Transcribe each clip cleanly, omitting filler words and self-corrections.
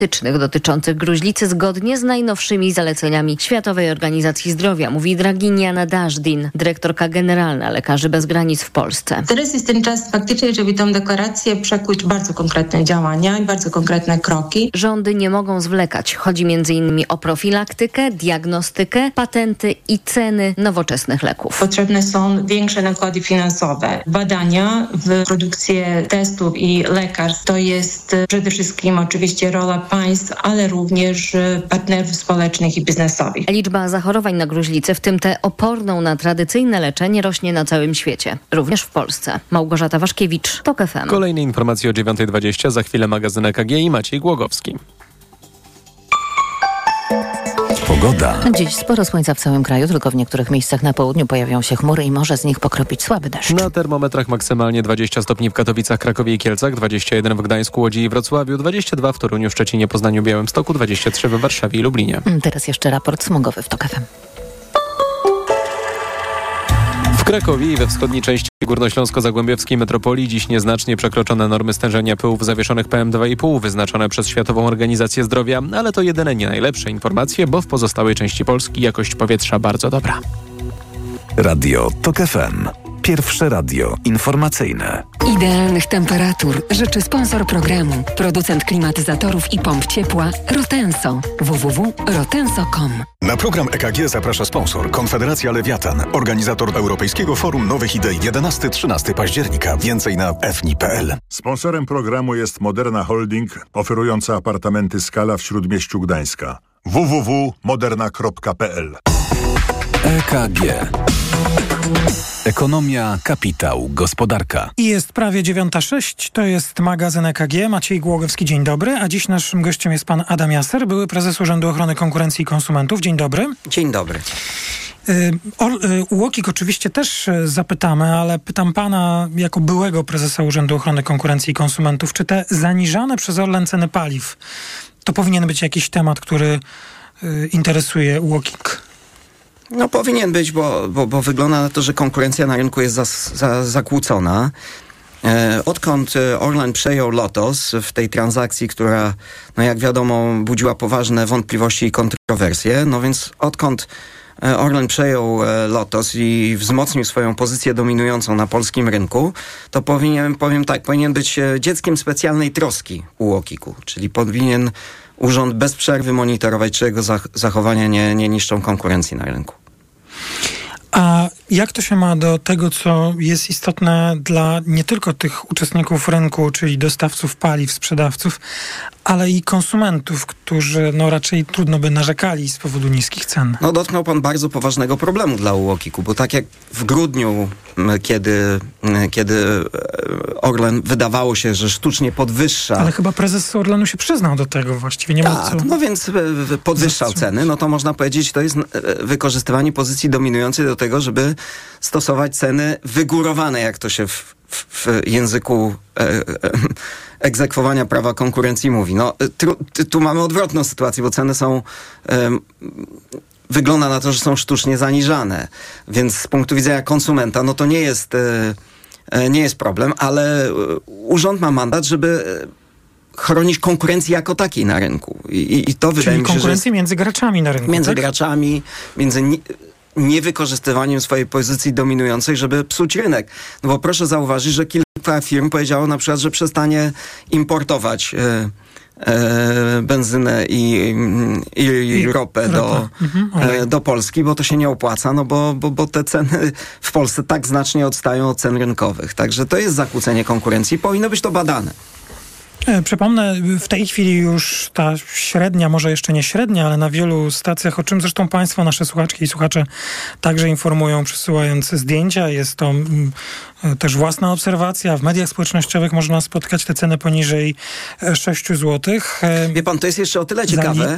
dotyczących gruźlicy zgodnie z najnowszymi zaleceniami Światowej Organizacji Zdrowia, mówi Draginia Nadażdin, dyrektorka generalna Lekarzy Bez Granic w Polsce. Teraz jest ten czas faktycznie, żeby tą deklarację przekuć w bardzo konkretne działania i bardzo konkretne kroki. Rządy nie mogą zwlekać. Chodzi m.in. o profilaktykę, diagnostykę, patenty i ceny nowoczesnych leków. Potrzebne są większe nakłady finansowe. Badania w produkcję testów i lekarstw to jest przede wszystkim oczywiście rola państw, ale również partnerów społecznych i biznesowych. Liczba zachorowań na gruźlicę, w tym tę oporną na tradycyjne leczenie, rośnie na całym świecie, również w Polsce. Małgorzata Waszkiewicz, TOK FM. Kolejne informacje o 9:20, za chwilę magazyn EKG i Maciej Głogowski. Pogoda. Dziś sporo słońca w całym kraju, tylko w niektórych miejscach na południu pojawią się chmury i może z nich pokropić słaby deszcz. Na termometrach maksymalnie 20 stopni w Katowicach, Krakowie i Kielcach, 21 w Gdańsku, Łodzi i Wrocławiu, 22 w Toruniu, Szczecinie, Poznaniu, Białymstoku, 23 w Warszawie i Lublinie. Teraz jeszcze raport smogowy w TOK FM. W Krakowie i we wschodniej części górnośląsko-zagłębiowskiej metropolii dziś nieznacznie przekroczone normy stężenia pyłów zawieszonych PM2,5 wyznaczone przez Światową Organizację Zdrowia, ale to jedyne nie najlepsze informacje, bo w pozostałej części Polski jakość powietrza bardzo dobra. Radio TOK FM. Pierwsze radio informacyjne. Idealnych temperatur życzy sponsor programu, producent klimatyzatorów i pomp ciepła Rotenso. www.rotenso.com. Na program EKG zaprasza sponsor Konfederacja Lewiatan, organizator Europejskiego Forum Nowych Idei 11-13 października. Więcej na fni.pl. Sponsorem programu jest Moderna Holding, oferująca apartamenty Skala w Śródmieściu Gdańska. www.moderna.pl. EKG. Ekonomia, kapitał, gospodarka. I jest prawie 9:06, to jest magazyn EKG. Maciej Głogowski, dzień dobry. A dziś naszym gościem jest pan Adam Jaser, były prezes Urzędu Ochrony Konkurencji i Konsumentów. Dzień dobry. Dzień dobry. UOKiK oczywiście też zapytamy, ale pytam pana jako byłego prezesa Urzędu Ochrony Konkurencji i Konsumentów, czy te zaniżane przez Orlen ceny paliw to powinien być jakiś temat, który interesuje UOKiK? No powinien być, bo wygląda na to, że konkurencja na rynku jest zakłócona. Odkąd Orlen przejął Lotos w tej transakcji, która, no jak wiadomo, budziła poważne wątpliwości i kontrowersje, no więc odkąd Orlen przejął Lotos i wzmocnił swoją pozycję dominującą na polskim rynku, to powinien być dzieckiem specjalnej troski UOKiK-u, czyli powinien urząd bez przerwy monitorować, czy jego zachowania nie niszczą konkurencji na rynku. A jak to się ma do tego, co jest istotne dla nie tylko tych uczestników rynku, czyli dostawców paliw, sprzedawców, ale i konsumentów, którzy raczej trudno by narzekali z powodu niskich cen? No dotknął pan bardzo poważnego problemu dla UOKiK-u, bo tak jak w grudniu, kiedy Orlen wydawało się, że sztucznie podwyższa... Ale chyba prezes Orlenu się przyznał do tego właściwie. Nie ma co... No więc podwyższał ceny, no to można powiedzieć, to jest wykorzystywanie pozycji dominującej do tego, żeby stosować ceny wygórowane, jak to się w języku egzekwowania prawa konkurencji mówi. No, tu mamy odwrotną sytuację, bo ceny są... Wygląda na to, że są sztucznie zaniżane. Więc z punktu widzenia konsumenta, no to nie jest problem, ale urząd ma mandat, żeby chronić konkurencję jako takiej na rynku. I to wydaje mi się, konkurencję między graczami na rynku. Między graczami, między niewykorzystywaniem swojej pozycji dominującej, żeby psuć rynek. No bo proszę zauważyć, że kilka firm powiedziało na przykład, że przestanie importować benzynę i ropę do Polski, bo to się nie opłaca, no bo te ceny w Polsce tak znacznie odstają od cen rynkowych. Także to jest zakłócenie konkurencji. Powinno być to badane. Przypomnę, w tej chwili już ta średnia, może jeszcze nie średnia, ale na wielu stacjach, o czym zresztą państwo, nasze słuchaczki i słuchacze także informują, przesyłając zdjęcia. Jest to też własna obserwacja. W mediach społecznościowych można spotkać te ceny poniżej 6 zł. Wie pan, to jest jeszcze o tyle ciekawe,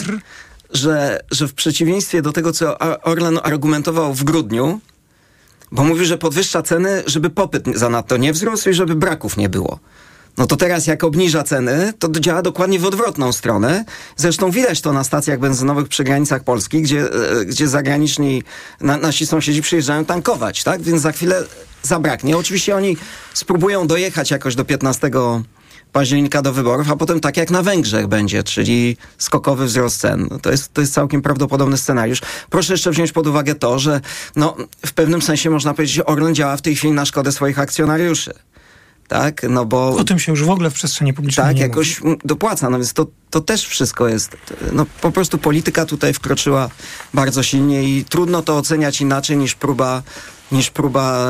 że w przeciwieństwie do tego, co Orlen argumentował w grudniu, bo mówił, że podwyższa ceny, żeby popyt zanadto nie wzrósł i żeby braków nie było. No to teraz jak obniża ceny, to działa dokładnie w odwrotną stronę. Zresztą widać to na stacjach benzynowych przy granicach Polski, gdzie zagraniczni nasi sąsiedzi przyjeżdżają tankować, tak? Więc za chwilę zabraknie. Oczywiście oni spróbują dojechać jakoś do 15 października do wyborów, a potem tak jak na Węgrzech będzie, czyli skokowy wzrost cen. To jest całkiem prawdopodobny scenariusz. Proszę jeszcze wziąć pod uwagę to, że w pewnym sensie można powiedzieć, że Orlen działa w tej chwili na szkodę swoich akcjonariuszy. Tak, no bo... O tym się już w ogóle w przestrzeni publicznej tak, nie jakoś mówi. Dopłaca, no więc to też wszystko jest... No po prostu polityka tutaj wkroczyła bardzo silnie i trudno to oceniać inaczej niż próba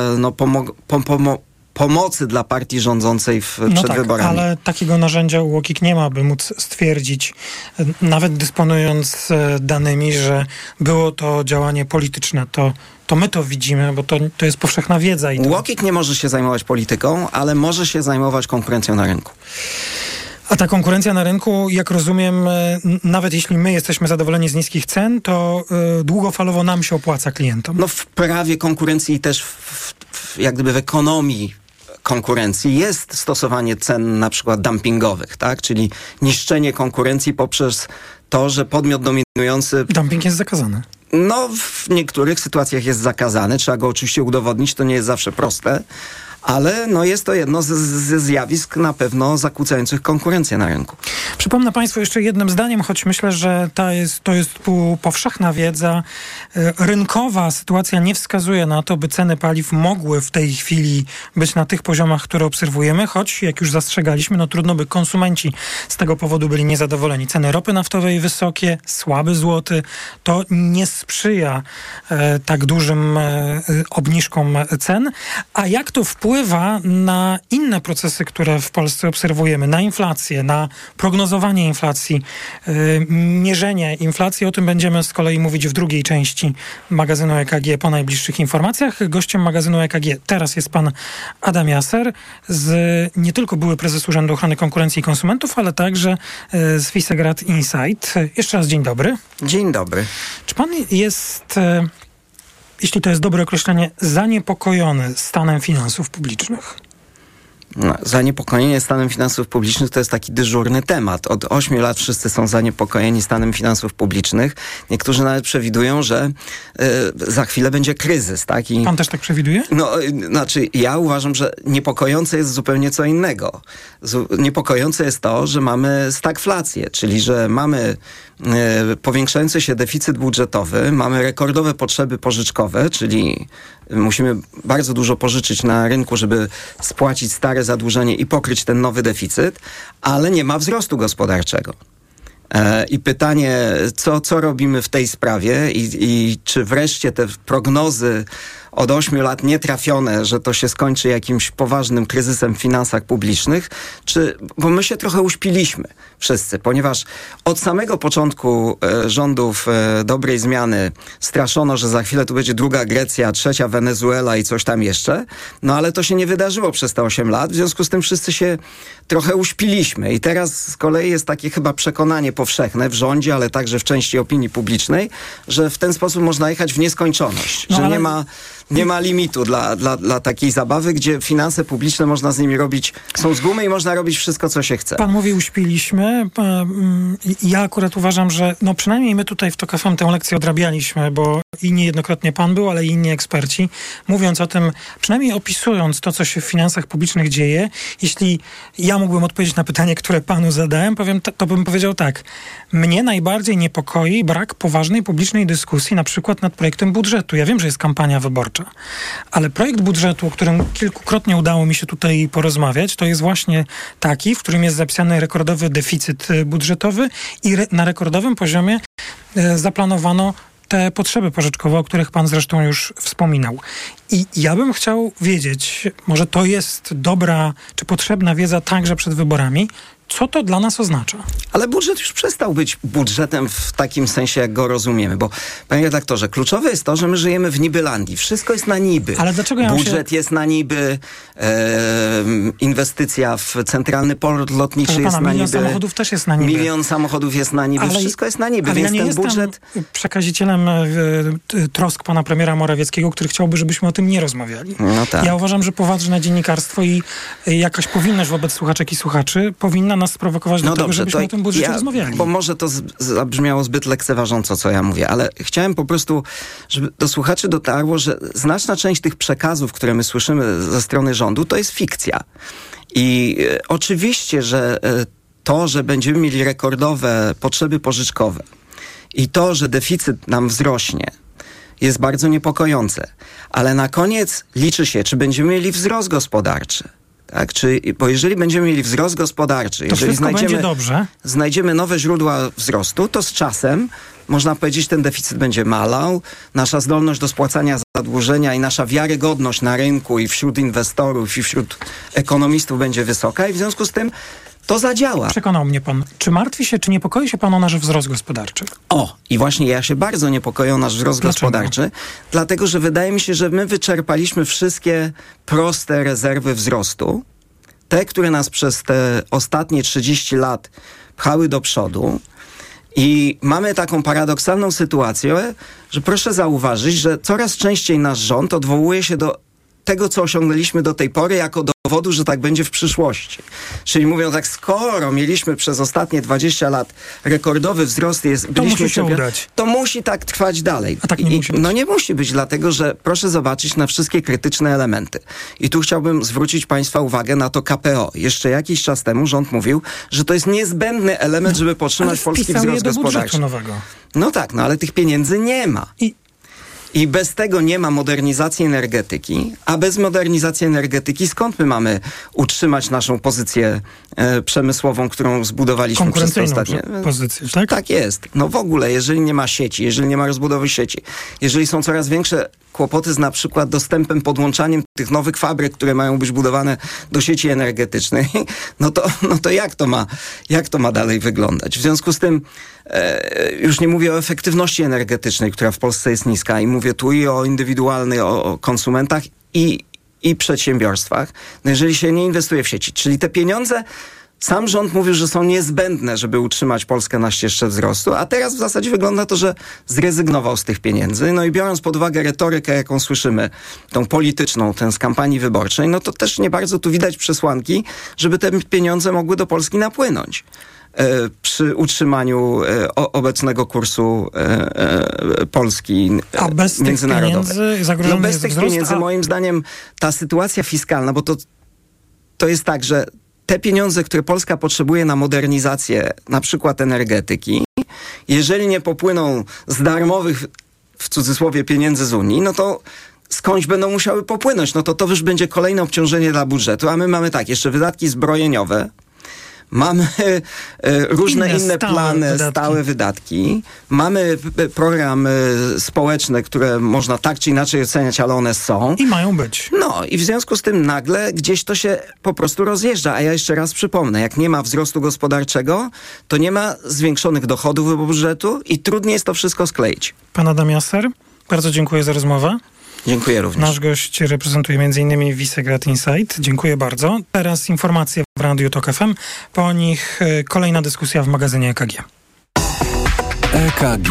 pomocy dla partii rządzącej przed wyborami. Ale takiego narzędzia UOKiK nie ma, by móc stwierdzić, nawet dysponując danymi, że było to działanie polityczne. To my to widzimy, bo to jest powszechna wiedza. UOKiK nie może się zajmować polityką, ale może się zajmować konkurencją na rynku. A ta konkurencja na rynku, jak rozumiem, nawet jeśli my jesteśmy zadowoleni z niskich cen, to długofalowo nam się opłaca klientom. No w prawie konkurencji i też jak gdyby w ekonomii konkurencji jest stosowanie cen na przykład dumpingowych, tak? Czyli niszczenie konkurencji poprzez to, że podmiot dominujący... Dumping jest zakazany. No, w niektórych sytuacjach jest zakazany. Trzeba go oczywiście udowodnić, to nie jest zawsze proste. Ale jest to jedno ze zjawisk na pewno zakłócających konkurencję na rynku. Przypomnę Państwu jeszcze jednym zdaniem, choć myślę, że to jest powszechna wiedza. Rynkowa sytuacja nie wskazuje na to, by ceny paliw mogły w tej chwili być na tych poziomach, które obserwujemy, choć jak już zastrzegaliśmy, trudno by konsumenci z tego powodu byli niezadowoleni. Ceny ropy naftowej wysokie, słaby złoty, to nie sprzyja tak dużym obniżkom cen. A jak to wpływa na inne procesy, które w Polsce obserwujemy, na inflację, na prognozowanie inflacji, mierzenie inflacji. O tym będziemy z kolei mówić w drugiej części magazynu EKG po najbliższych informacjach. Gościem magazynu EKG teraz jest pan Adam Jaser, nie tylko były prezes Urzędu Ochrony Konkurencji i Konsumentów, ale także z Visegrad Insight. Jeszcze raz dzień dobry. Dzień dobry. Czy pan jest... jeśli to jest dobre określenie, zaniepokojony stanem finansów publicznych? Zaniepokojenie stanem finansów publicznych to jest taki dyżurny temat. Od 8 lat wszyscy są zaniepokojeni stanem finansów publicznych. Niektórzy nawet przewidują, że za chwilę będzie kryzys. Tak? Pan też tak przewiduje? Ja uważam, że niepokojące jest zupełnie co innego. Niepokojące jest to, że mamy stagflację, czyli że mamy powiększający się deficyt budżetowy, mamy rekordowe potrzeby pożyczkowe, czyli musimy bardzo dużo pożyczyć na rynku, żeby spłacić stare zadłużenie i pokryć ten nowy deficyt, ale nie ma wzrostu gospodarczego. I pytanie, co robimy w tej sprawie i czy wreszcie te prognozy od 8 lat nietrafione, że to się skończy jakimś poważnym kryzysem w finansach publicznych, bo my się trochę uśpiliśmy wszyscy, ponieważ od samego początku rządów dobrej zmiany straszono, że za chwilę tu będzie druga Grecja, trzecia Wenezuela i coś tam jeszcze, ale to się nie wydarzyło przez te 8 lat, w związku z tym wszyscy się trochę uśpiliśmy i teraz z kolei jest takie chyba przekonanie powszechne w rządzie, ale także w części opinii publicznej, że w ten sposób można jechać w nieskończoność, że nie ma limitu dla takiej zabawy, gdzie finanse publiczne można z nimi robić, są z gumy i można robić wszystko, co się chce. Pan mówi uśpiliśmy. Ja akurat uważam, że przynajmniej my tutaj w TOK FM tę lekcję odrabialiśmy, bo i niejednokrotnie pan był, ale i inni eksperci, mówiąc o tym, przynajmniej opisując to, co się w finansach publicznych dzieje, jeśli ja mógłbym odpowiedzieć na pytanie, które panu zadałem, to bym powiedział tak. Mnie najbardziej niepokoi brak poważnej publicznej dyskusji, na przykład nad projektem budżetu. Ja wiem, że jest kampania wyborcza, ale projekt budżetu, o którym kilkukrotnie udało mi się tutaj porozmawiać, to jest właśnie taki, w którym jest zapisany rekordowy deficyt budżetowy i na rekordowym poziomie zaplanowano te potrzeby pożyczkowe, o których pan zresztą już wspominał. I ja bym chciał wiedzieć, może to jest dobra czy potrzebna wiedza także przed wyborami, co to dla nas oznacza? Ale budżet już przestał być budżetem w takim sensie, jak go rozumiemy, bo panie redaktorze, kluczowe jest to, że my żyjemy w nibylandii. Wszystko jest na niby. Ale dlaczego budżet jest na niby, inwestycja w centralny port lotniczy jest na niby. Milion samochodów też jest na niby. Milion samochodów jest na niby. Wszystko jest na niby, ale więc ja nie ten budżet... przekazicielem trosk pana premiera Morawieckiego, który chciałby, żebyśmy o tym nie rozmawiali. No tak. Ja uważam, że poważne dziennikarstwo i jakaś powinność wobec słuchaczek i słuchaczy powinna nas sprowokować do tego, żebyśmy o tym budżecie rozmawiali. Bo może to zabrzmiało zbyt lekceważąco, co ja mówię, ale chciałem po prostu, żeby do słuchaczy dotarło, że znaczna część tych przekazów, które my słyszymy ze strony rządu, to jest fikcja. I oczywiście, że to, że będziemy mieli rekordowe potrzeby pożyczkowe i to, że deficyt nam wzrośnie, jest bardzo niepokojące. Ale na koniec liczy się, czy będziemy mieli wzrost gospodarczy. Tak? Bo jeżeli będziemy mieli wzrost gospodarczy, to jeżeli znajdziemy nowe źródła wzrostu, to z czasem, można powiedzieć, ten deficyt będzie malał, nasza zdolność do spłacania zadłużenia i nasza wiarygodność na rynku i wśród inwestorów i wśród ekonomistów będzie wysoka i w związku z tym to zadziała. Przekonał mnie pan. Czy martwi się, czy niepokoi się pan o nasz wzrost gospodarczy? I właśnie ja się bardzo niepokoję o nasz wzrost gospodarczy, dlatego że wydaje mi się, że my wyczerpaliśmy wszystkie proste rezerwy wzrostu, te, które nas przez te ostatnie 30 lat pchały do przodu. I mamy taką paradoksalną sytuację, że proszę zauważyć, że coraz częściej nasz rząd odwołuje się do tego, co osiągnęliśmy do tej pory, jako dowodu, że tak będzie w przyszłości. Czyli mówią tak, skoro mieliśmy przez ostatnie 20 lat rekordowy wzrost, to musi tak trwać dalej. A tak nie musi być. No nie musi być, dlatego że proszę zobaczyć na wszystkie krytyczne elementy. I tu chciałbym zwrócić Państwa uwagę na to KPO. Jeszcze jakiś czas temu rząd mówił, że to jest niezbędny element, żeby podtrzymać polski wzrost gospodarczy. Nowego. No tak, ale tych pieniędzy nie ma. I bez tego nie ma modernizacji energetyki, a bez modernizacji energetyki skąd my mamy utrzymać naszą pozycję przemysłową, którą zbudowaliśmy przez te ostatnie... pozycję, tak? Tak jest. No w ogóle, jeżeli nie ma sieci, jeżeli nie ma rozbudowy sieci, jeżeli są coraz większe kłopoty z na przykład dostępem, podłączaniem tych nowych fabryk, które mają być budowane do sieci energetycznej, no to jak to ma dalej wyglądać? W związku z tym już nie mówię o efektywności energetycznej, która w Polsce jest niska i mówię tu i o indywidualnych, o konsumentach i przedsiębiorstwach. No jeżeli się nie inwestuje w sieci, czyli te pieniądze, sam rząd mówił, że są niezbędne, żeby utrzymać Polskę na ścieżce wzrostu, a teraz w zasadzie wygląda to, że zrezygnował z tych pieniędzy. No i biorąc pod uwagę retorykę, jaką słyszymy, tą polityczną, tę z kampanii wyborczej, no to też nie bardzo tu widać przesłanki, żeby te pieniądze mogły do Polski napłynąć przy utrzymaniu obecnego kursu Polski międzynarodowej. No bez tych pieniędzy, moim zdaniem, ta sytuacja fiskalna, bo to jest tak, że te pieniądze, które Polska potrzebuje na modernizację na przykład energetyki, jeżeli nie popłyną z darmowych, w cudzysłowie, pieniędzy z Unii, no to skądś będą musiały popłynąć. No to już będzie kolejne obciążenie dla budżetu, a my mamy tak, jeszcze wydatki zbrojeniowe, mamy różne inne plany, stałe wydatki. Mamy programy społeczne, które można tak czy inaczej oceniać, ale one są. I mają być. No i w związku z tym nagle gdzieś to się po prostu rozjeżdża. A ja jeszcze raz przypomnę, jak nie ma wzrostu gospodarczego, to nie ma zwiększonych dochodów do budżetu i trudniej jest to wszystko skleić. Pan Adam Jasser, bardzo dziękuję za rozmowę. Dziękuję również. Nasz gość reprezentuje m.in. Visegrad Insight. Dziękuję bardzo. Teraz informacje w Radiu Tok FM. Po nich kolejna dyskusja w magazynie EKG. EKG.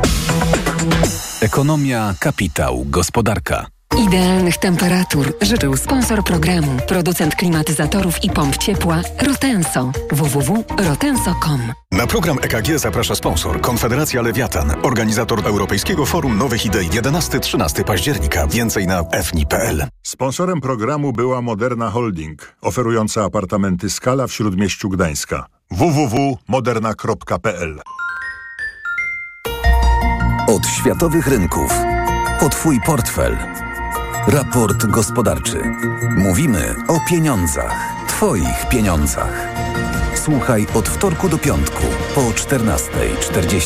Ekonomia, kapitał, gospodarka. Idealnych temperatur życzył sponsor programu, producent klimatyzatorów i pomp ciepła Rotenso. www.rotenso.com. Na program EKG zaprasza sponsor Konfederacja Lewiatan, organizator Europejskiego Forum Nowych Idei 11-13 października. Więcej na fni.pl. Sponsorem programu była Moderna Holding, oferująca apartamenty Skala w Śródmieściu Gdańska. www.moderna.pl. Od światowych rynków. O Twój portfel. Raport gospodarczy. Mówimy o pieniądzach. Twoich pieniądzach. Słuchaj od wtorku do piątku po 14:40.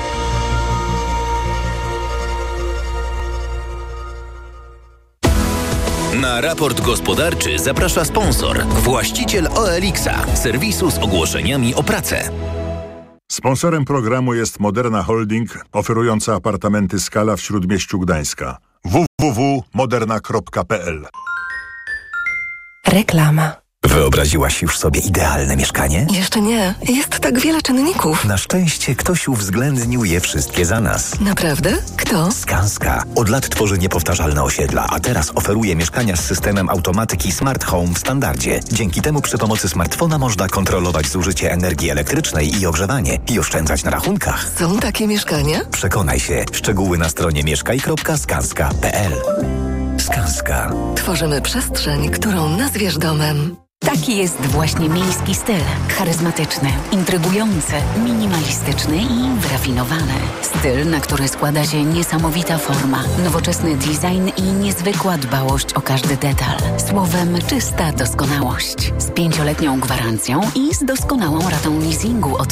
Na raport gospodarczy zaprasza sponsor, właściciel OLX-a, serwisu z ogłoszeniami o pracę. Sponsorem programu jest Moderna Holding, oferująca apartamenty Skala w Śródmieściu Gdańska. www.moderna.pl. Reklama. Wyobraziłaś już sobie idealne mieszkanie? Jeszcze nie. Jest tak wiele czynników. Na szczęście ktoś uwzględnił je wszystkie za nas. Naprawdę? Kto? Skanska. Od lat tworzy niepowtarzalne osiedla, a teraz oferuje mieszkania z systemem automatyki Smart Home w standardzie. Dzięki temu przy pomocy smartfona można kontrolować zużycie energii elektrycznej i ogrzewanie i oszczędzać na rachunkach. Są takie mieszkania? Przekonaj się. Szczegóły na stronie mieszkaj.skanska.pl. Skanska. Tworzymy przestrzeń, którą nazwiesz domem. Taki jest właśnie miejski styl. Charyzmatyczny, intrygujący, minimalistyczny i wyrafinowany. Styl, na który składa się niesamowita forma, nowoczesny design i niezwykła dbałość o każdy detal. Słowem, czysta doskonałość. Z 5-letnią gwarancją i z doskonałą ratą leasingu od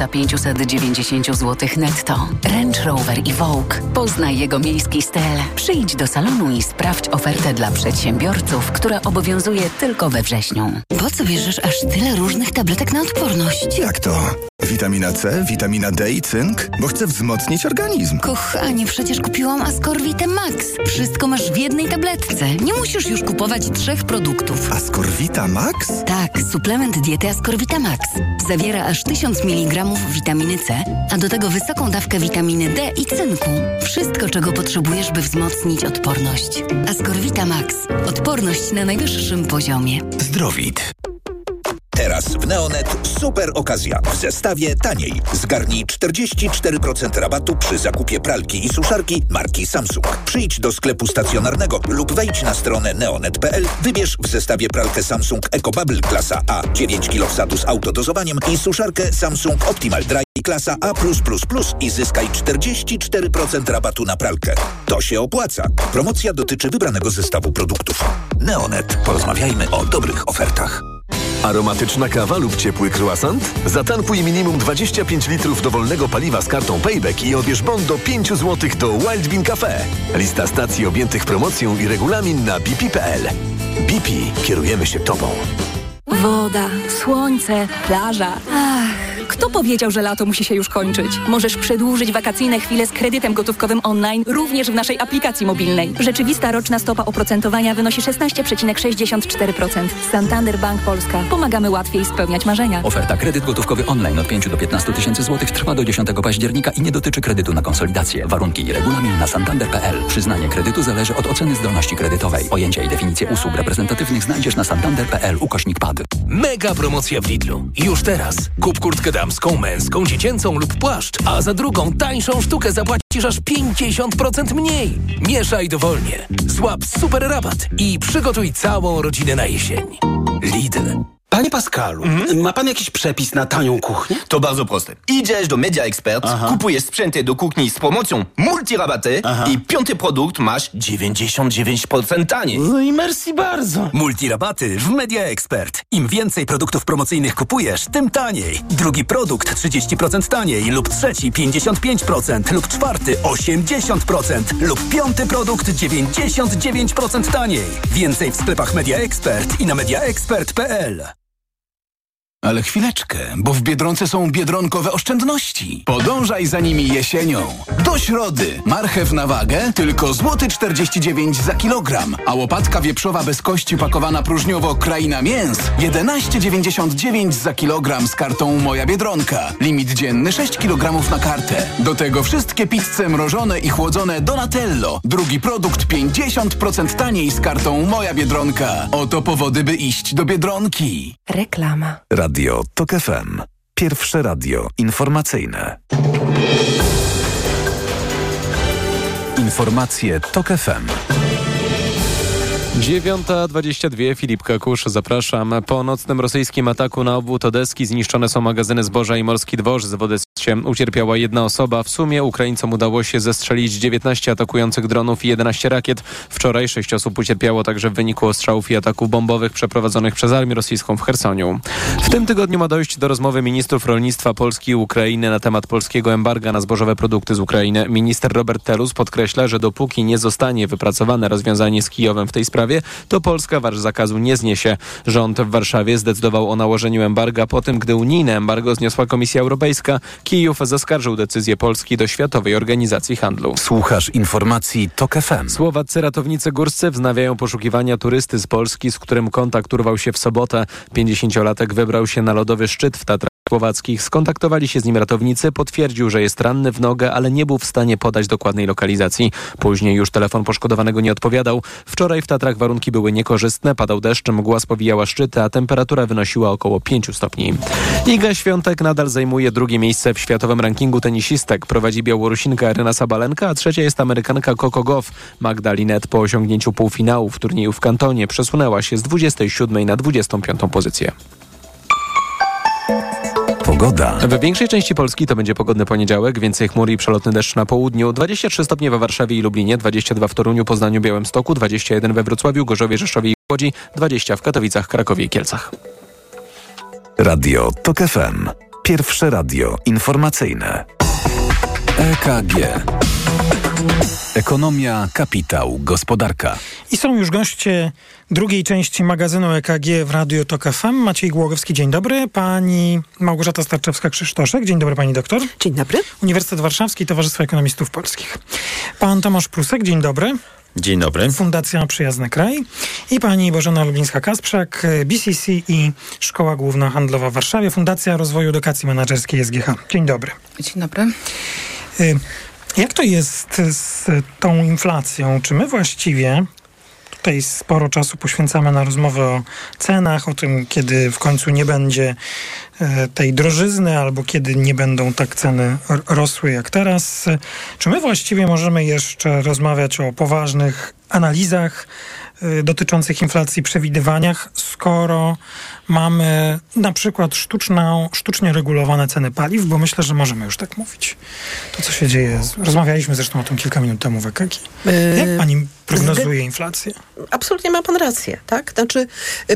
1590 zł netto. Range Rover i Vogue. Poznaj jego miejski styl. Przyjdź do salonu i sprawdź ofertę dla przedsiębiorców, która obowiązuje tylko we wrześniu. Po co bierzesz aż tyle różnych tabletek na odporność? Jak to? Witamina C, witamina D i cynk? Bo chcę wzmocnić organizm. Kochanie, przecież kupiłam Ascorvitę Max. Wszystko masz w jednej tabletce. Nie musisz już kupować 3 produktów. Ascorvita Max? Tak, suplement diety Ascorvita Max. Zawiera aż 1000 mg witaminy C, a do tego wysoką dawkę witaminy D i cynku. Wszystko, czego potrzebujesz, by wzmocnić odporność. Ascorvita Max. Odporność na najwyższym poziomie. Zdrowit. Teraz w Neonet super okazja. W zestawie taniej. Zgarnij 44% rabatu przy zakupie pralki i suszarki marki Samsung. Przyjdź do sklepu stacjonarnego lub wejdź na stronę neonet.pl. Wybierz w zestawie pralkę Samsung EcoBubble klasa A 9 kg wsadu z autodozowaniem i suszarkę Samsung Optimal Dry klasa A+++ i zyskaj 44% rabatu na pralkę. To się opłaca. Promocja dotyczy wybranego zestawu produktów. Neonet. Porozmawiajmy o dobrych ofertach. Aromatyczna kawa lub ciepły croissant? Zatankuj minimum 25 litrów dowolnego paliwa z kartą Payback i odbierz bon do 5 zł do Wild Bean Cafe. Lista stacji objętych promocją i regulamin na bp.pl. BP. Kierujemy się Tobą. Woda, słońce, plaża. Kto powiedział, że lato musi się już kończyć? Możesz przedłużyć wakacyjne chwile z kredytem gotówkowym online również w naszej aplikacji mobilnej. Rzeczywista roczna stopa oprocentowania wynosi 16,64%. Santander Bank Polska. Pomagamy łatwiej spełniać marzenia. Oferta kredyt gotówkowy online od 5 do 15 tysięcy złotych trwa do 10 października i nie dotyczy kredytu na konsolidację. Warunki i regulamin na santander.pl. Przyznanie kredytu zależy od oceny zdolności kredytowej. Pojęcia i definicje usług reprezentatywnych znajdziesz na santander.pl/pad. Mega promocja w Lidlu. Już teraz. Kup kurtkę damską, męską, dziecięcą lub płaszcz, a za drugą tańszą sztukę zapłacisz aż 50% mniej. Mieszaj dowolnie. Złap super rabat i przygotuj całą rodzinę na jesień. Lidl. Panie Pascalu, ma pan jakiś przepis na tanią kuchnię? To bardzo proste. Idziesz do Media Expert, kupujesz sprzęty do kuchni z promocją multirabaty i 5. produkt masz 99% taniej. No i merci bardzo. Multirabaty w Media Expert. Im więcej produktów promocyjnych kupujesz, tym taniej. Drugi produkt 30% taniej lub trzeci 55% lub czwarty 80% lub 5. produkt 99% taniej. Więcej w sklepach Media Expert i na mediaexpert.pl. Ale chwileczkę, bo w Biedronce są biedronkowe oszczędności. Podążaj za nimi jesienią. Do środy. Marchew na wagę tylko złoty 49 za kilogram, a łopatka wieprzowa bez kości pakowana próżniowo Kraina Mięs 11,99 za kilogram z kartą Moja Biedronka. Limit dzienny 6 kg na kartę. Do tego wszystkie pizze mrożone i chłodzone Donatello. Drugi produkt 50% taniej z kartą Moja Biedronka. Oto powody, by iść do Biedronki. Reklama. Radio TOK FM. Pierwsze radio informacyjne. Informacje TOK FM. 9:22, Filip Kakusz, zapraszam. Po nocnym rosyjskim ataku na obwód Odeski zniszczone są magazyny zboża i morski dworzec w Odessie. Ucierpiała jedna osoba. W sumie Ukraińcom udało się zestrzelić 19 atakujących dronów i 11 rakiet. Wczoraj 6 osób ucierpiało także w wyniku ostrzałów i ataków bombowych przeprowadzonych przez armię rosyjską w Chersoniu. W tym tygodniu ma dojść do rozmowy ministrów rolnictwa Polski i Ukrainy na temat polskiego embarga na zbożowe produkty z Ukrainy. Minister Robert Telus podkreśla, że dopóki nie zostanie wypracowane rozwiązanie z Kijowem w tej sprawie, Warszawie, to Polska zakazu nie zniesie. Rząd w Warszawie zdecydował o nałożeniu embarga po tym, gdy unijne embargo zniosła Komisja Europejska. Kijów zaskarżył decyzję Polski do Światowej Organizacji Handlu. Słuchasz informacji TOK FM. Słowaccy ratownicy górscy wznawiają poszukiwania turysty z Polski, z którym kontakt urwał się w sobotę. 50-latek wybrał się na lodowy szczyt w Tatrach Słowackich. Skontaktowali się z nim ratownicy, potwierdził, że jest ranny w nogę, ale nie był w stanie podać dokładnej lokalizacji. Później już telefon poszkodowanego nie odpowiadał. Wczoraj w Tatrach warunki były niekorzystne, padał deszcz, mgła spowijała szczyty, a temperatura wynosiła około 5 stopni. Iga Świątek nadal zajmuje drugie miejsce w światowym rankingu tenisistek. Prowadzi Białorusinka Aryna Sabalenka, a trzecia jest Amerykanka Coco Gauff. Magda Linette po osiągnięciu półfinału w turnieju w Kantonie przesunęła się z 27 na 25 pozycję. Pogoda. W większej części Polski to będzie pogodny poniedziałek, więcej chmur i przelotny deszcz na południu. 23 stopnie we Warszawie i Lublinie, 22 w Toruniu, Poznaniu, Białymstoku, 21 we Wrocławiu, Gorzowie, Rzeszowie i Łodzi, 20 w Katowicach, Krakowie i Kielcach. Radio TOK FM. Pierwsze radio informacyjne. EKG. Ekonomia, kapitał, gospodarka. I są już goście drugiej części magazynu EKG w Radiu TOK FM. Maciej Głogowski, dzień dobry. Pani Małgorzata Starczewska-Krzysztoszek, dzień dobry pani doktor. Dzień dobry. Uniwersytet Warszawski, Towarzystwo Ekonomistów Polskich. Pan Tomasz Prusek, dzień dobry. Dzień dobry. Fundacja Przyjazny Kraj. I pani Bożena Lublińska-Kasprzak, BCC i Szkoła Główna Handlowa w Warszawie, Fundacja Rozwoju Edukacji Menedżerskiej SGH. Dzień dobry. Dzień dobry. Jak to jest z tą inflacją? Czy my właściwie tutaj sporo czasu poświęcamy na rozmowę o cenach, o tym, kiedy w końcu nie będzie tej drożyzny, albo kiedy nie będą tak ceny rosły jak teraz? Czy my właściwie możemy jeszcze rozmawiać o poważnych analizach dotyczących inflacji, przewidywaniach, skoro mamy na przykład sztucznie regulowane ceny paliw, bo myślę, że możemy już tak mówić. To, co się dzieje, rozmawialiśmy zresztą o tym kilka minut temu w EKG. Jak pani prognozuje inflację? Absolutnie ma pan rację, tak? Znaczy,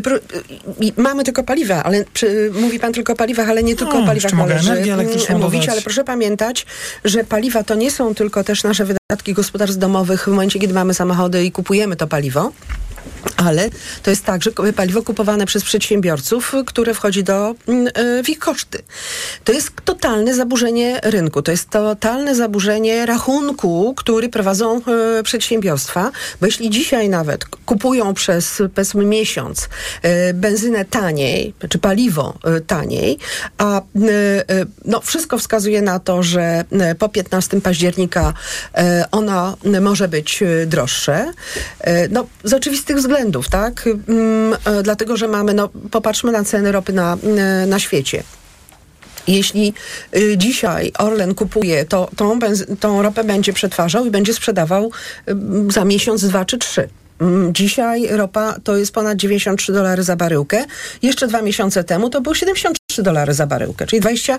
mamy tylko paliwa, ale mówi pan tylko o paliwach, ale nie tylko o paliwach należy mówić, ale proszę pamiętać, że paliwa to nie są tylko też nasze wydatki gospodarstw domowych w momencie, kiedy mamy samochody i kupujemy to paliwo, ale to jest także paliwo kupowane przez przedsiębiorców, które wchodzi w ich koszty. To jest totalne zaburzenie rynku, to jest totalne zaburzenie rachunku, który prowadzą przedsiębiorstwa, bo jeśli dzisiaj nawet kupują przez, powiedzmy, miesiąc benzynę taniej, czy paliwo taniej, a wszystko wskazuje na to, że po 15 października ono może być droższe. Z oczywistych względów, tak? Dlatego, że mamy, popatrzmy na ceny ropy na świecie. Jeśli dzisiaj Orlen kupuje, to tą ropę będzie przetwarzał i będzie sprzedawał za miesiąc, 2 czy 3. Dzisiaj ropa to jest ponad $93 za baryłkę. Jeszcze 2 miesiące temu to było $73 za baryłkę, czyli $20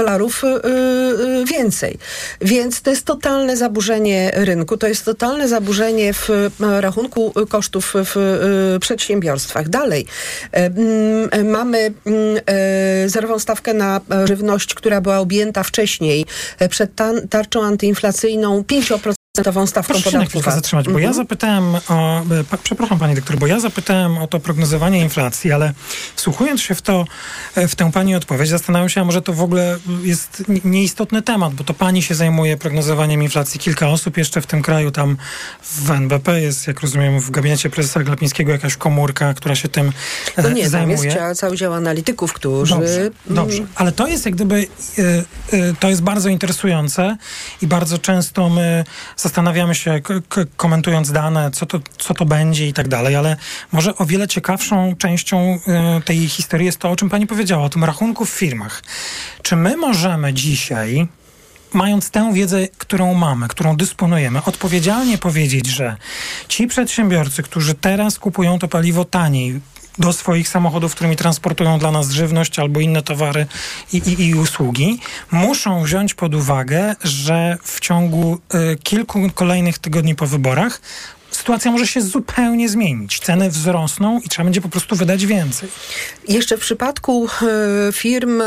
więcej. Więc to jest totalne zaburzenie rynku, to jest totalne zaburzenie w rachunku kosztów w przedsiębiorstwach. Dalej, mamy zerową stawkę na żywność, która była objęta wcześniej przed tarczą antyinflacyjną 5% stawką podatku. Proszę się na chwilkę zatrzymać, bo ja zapytałem o... Przepraszam pani doktor, bo ja zapytałem o to prognozowanie inflacji, ale wsłuchując się w tę pani odpowiedź, zastanawiam się, a może to w ogóle jest nieistotny temat, bo to pani się zajmuje prognozowaniem inflacji. Kilka osób jeszcze w tym kraju, tam w NBP jest, jak rozumiem, w gabinecie prezesa Glapińskiego jakaś komórka, która się tym zajmuje. Tam jest cały dział analityków, którzy... Dobrze. Ale to jest jak gdyby... to jest bardzo interesujące i bardzo często my zastanawiamy się, komentując dane, co to będzie i tak dalej, ale może o wiele ciekawszą częścią tej historii jest to, o czym pani powiedziała, o tym rachunku w firmach. Czy my możemy dzisiaj, mając tę wiedzę, którą mamy, którą dysponujemy, odpowiedzialnie powiedzieć, że ci przedsiębiorcy, którzy teraz kupują to paliwo taniej do swoich samochodów, którymi transportują dla nas żywność albo inne towary i usługi, muszą wziąć pod uwagę, że w ciągu kilku kolejnych tygodni po wyborach sytuacja może się zupełnie zmienić. Ceny wzrosną i trzeba będzie po prostu wydać więcej. Jeszcze w przypadku firm,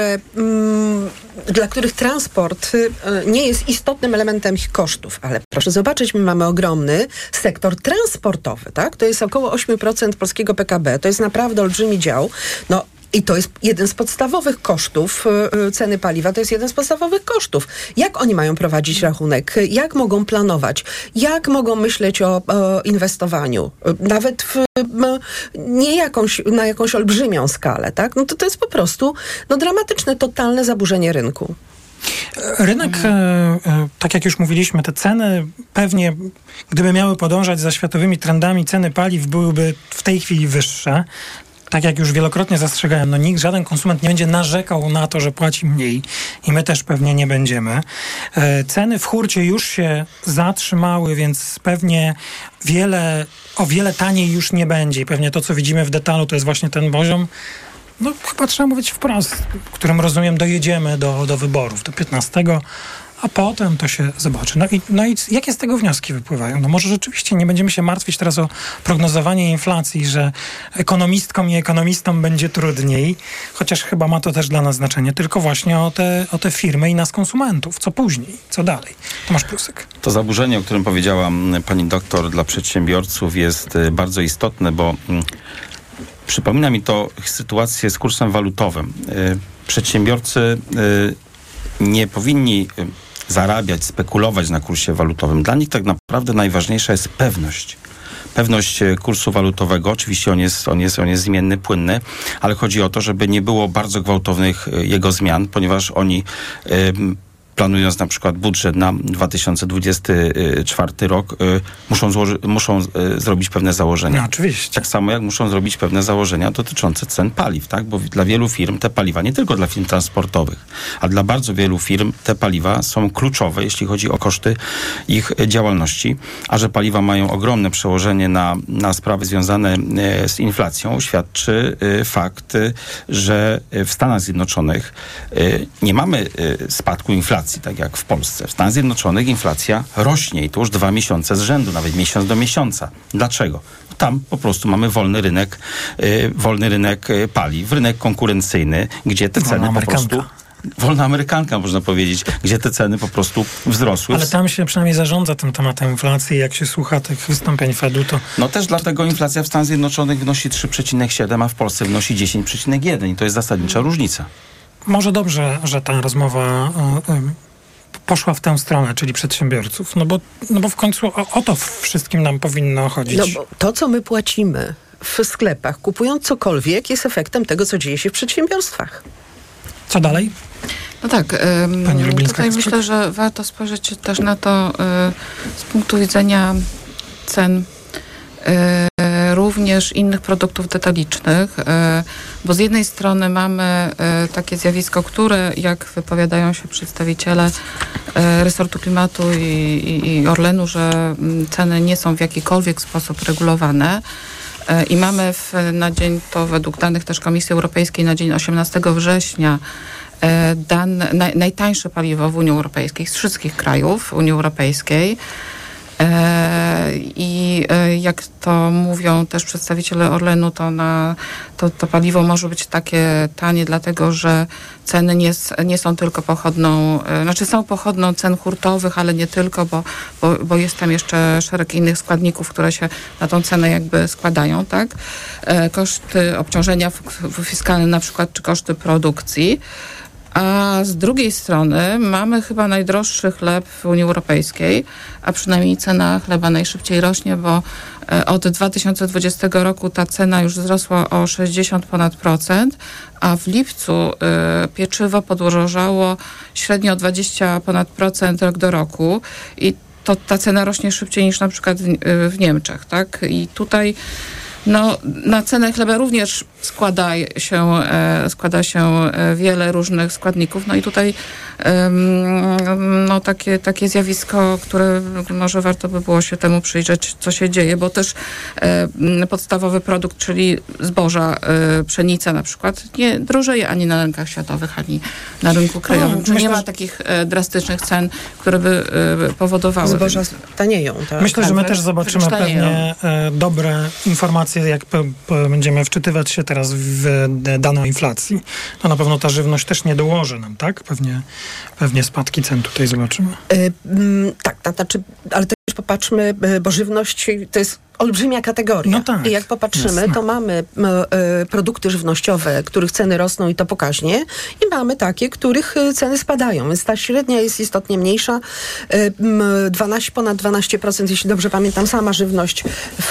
dla których transport nie jest istotnym elementem ich kosztów, ale proszę zobaczyć, my mamy ogromny sektor transportowy, tak? To jest około 8% polskiego PKB. To jest naprawdę olbrzymi dział. No, i to jest jeden z podstawowych kosztów ceny paliwa, to jest jeden z podstawowych kosztów. Jak oni mają prowadzić rachunek? Jak mogą planować? Jak mogą myśleć o inwestowaniu? Nawet na jakąś olbrzymią skalę, tak? No to jest po prostu dramatyczne, totalne zaburzenie rynku. Rynek, tak jak już mówiliśmy, te ceny pewnie, gdyby miały podążać za światowymi trendami, ceny paliw byłyby w tej chwili wyższe. Tak jak już wielokrotnie zastrzegałem, żaden konsument nie będzie narzekał na to, że płaci mniej i my też pewnie nie będziemy. Ceny w hurcie już się zatrzymały, więc pewnie o wiele taniej już nie będzie i pewnie to, co widzimy w detalu, to jest właśnie ten poziom. Chyba trzeba mówić wprost, którym rozumiem dojedziemy do wyborów, do 15, a potem to się zobaczy. No i jakie z tego wnioski wypływają? Może rzeczywiście nie będziemy się martwić teraz o prognozowanie inflacji, że ekonomistkom i ekonomistom będzie trudniej, chociaż chyba ma to też dla nas znaczenie, tylko właśnie o te firmy i nas konsumentów. Co później? Co dalej? Tomasz Prusek. To zaburzenie, o którym powiedziała pani doktor, dla przedsiębiorców jest bardzo istotne, bo przypomina mi to sytuację z kursem walutowym. Przedsiębiorcy nie powinni zarabiać, spekulować na kursie walutowym. Dla nich tak naprawdę najważniejsza jest pewność. Pewność kursu walutowego. Oczywiście on jest zmienny, płynny, ale chodzi o to, żeby nie było bardzo gwałtownych jego zmian, ponieważ oni planując na przykład budżet na 2024 rok, muszą zrobić pewne założenia. No, oczywiście. Tak samo jak muszą zrobić pewne założenia dotyczące cen paliw, tak? Bo dla wielu firm te paliwa, nie tylko dla firm transportowych, a dla bardzo wielu firm te paliwa są kluczowe, jeśli chodzi o koszty ich działalności, a że paliwa mają ogromne przełożenie na sprawy związane z inflacją, świadczy fakt, że w Stanach Zjednoczonych nie mamy spadku inflacji, tak jak w Polsce. W Stanach Zjednoczonych inflacja rośnie i to już 2 miesiące z rzędu, nawet miesiąc do miesiąca. Dlaczego? Tam po prostu mamy wolny rynek paliw, rynek konkurencyjny, gdzie te ceny po prostu... Wolna amerykanka, można powiedzieć, gdzie te ceny po prostu wzrosły. Ale tam się przynajmniej zarządza tym tematem inflacji. Jak się słucha tych wystąpień Fedu, to... Też dlatego inflacja w Stanach Zjednoczonych wynosi 3,7, a w Polsce wynosi 10,1 i to jest zasadnicza różnica. Może dobrze, że ta rozmowa poszła w tę stronę, czyli przedsiębiorców. Bo w końcu o to wszystkim nam powinno chodzić. Bo to, co my płacimy w sklepach, kupując cokolwiek, jest efektem tego, co dzieje się w przedsiębiorstwach. Co dalej? No tak, tutaj myślę, że warto spojrzeć też na to z punktu widzenia cen również innych produktów detalicznych, bo z jednej strony mamy takie zjawisko, które, jak wypowiadają się przedstawiciele resortu klimatu i Orlenu, że ceny nie są w jakikolwiek sposób regulowane. I mamy to według danych też Komisji Europejskiej na dzień 18 września najtańsze paliwo w Unii Europejskiej, z wszystkich krajów Unii Europejskiej. I jak to mówią też przedstawiciele Orlenu, to paliwo może być takie tanie, dlatego że ceny nie są tylko pochodną, są pochodną cen hurtowych, ale nie tylko, bo jest tam jeszcze szereg innych składników, które się na tą cenę jakby składają, tak? Koszty obciążenia fiskalne na przykład, czy koszty produkcji. A z drugiej strony mamy chyba najdroższy chleb w Unii Europejskiej, a przynajmniej cena chleba najszybciej rośnie, bo od 2020 roku ta cena już wzrosła o 60 ponad %, a w lipcu pieczywo podrożało średnio o 20 ponad % rok do roku i ta cena rośnie szybciej niż na przykład w Niemczech, tak? I tutaj No, na cenę chleba również składa się wiele różnych składników. No i tutaj no, takie zjawisko, które może warto by było się temu przyjrzeć, co się dzieje, bo też podstawowy produkt, czyli zboża, pszenica na przykład, nie drożeje ani na rynkach światowych, ani na rynku krajowym. Czyli nie ma takich drastycznych cen, które by powodowały. Zboża tanieją. Tak? Myślę, że my też zobaczymy pewnie dobre informacje, jak będziemy wczytywać się teraz w dane o inflacji. To na pewno ta żywność też nie dołoży nam, tak? Pewnie spadki cen tutaj zobaczymy. Tak, znaczy, ale też popatrzmy, bo żywność to jest olbrzymia kategoria. No tak, i jak popatrzymy, to mamy produkty żywnościowe, których ceny rosną i to pokaźnie, i mamy takie, których ceny spadają. Więc ta średnia jest istotnie mniejsza. Ponad 12%, jeśli dobrze pamiętam, sama żywność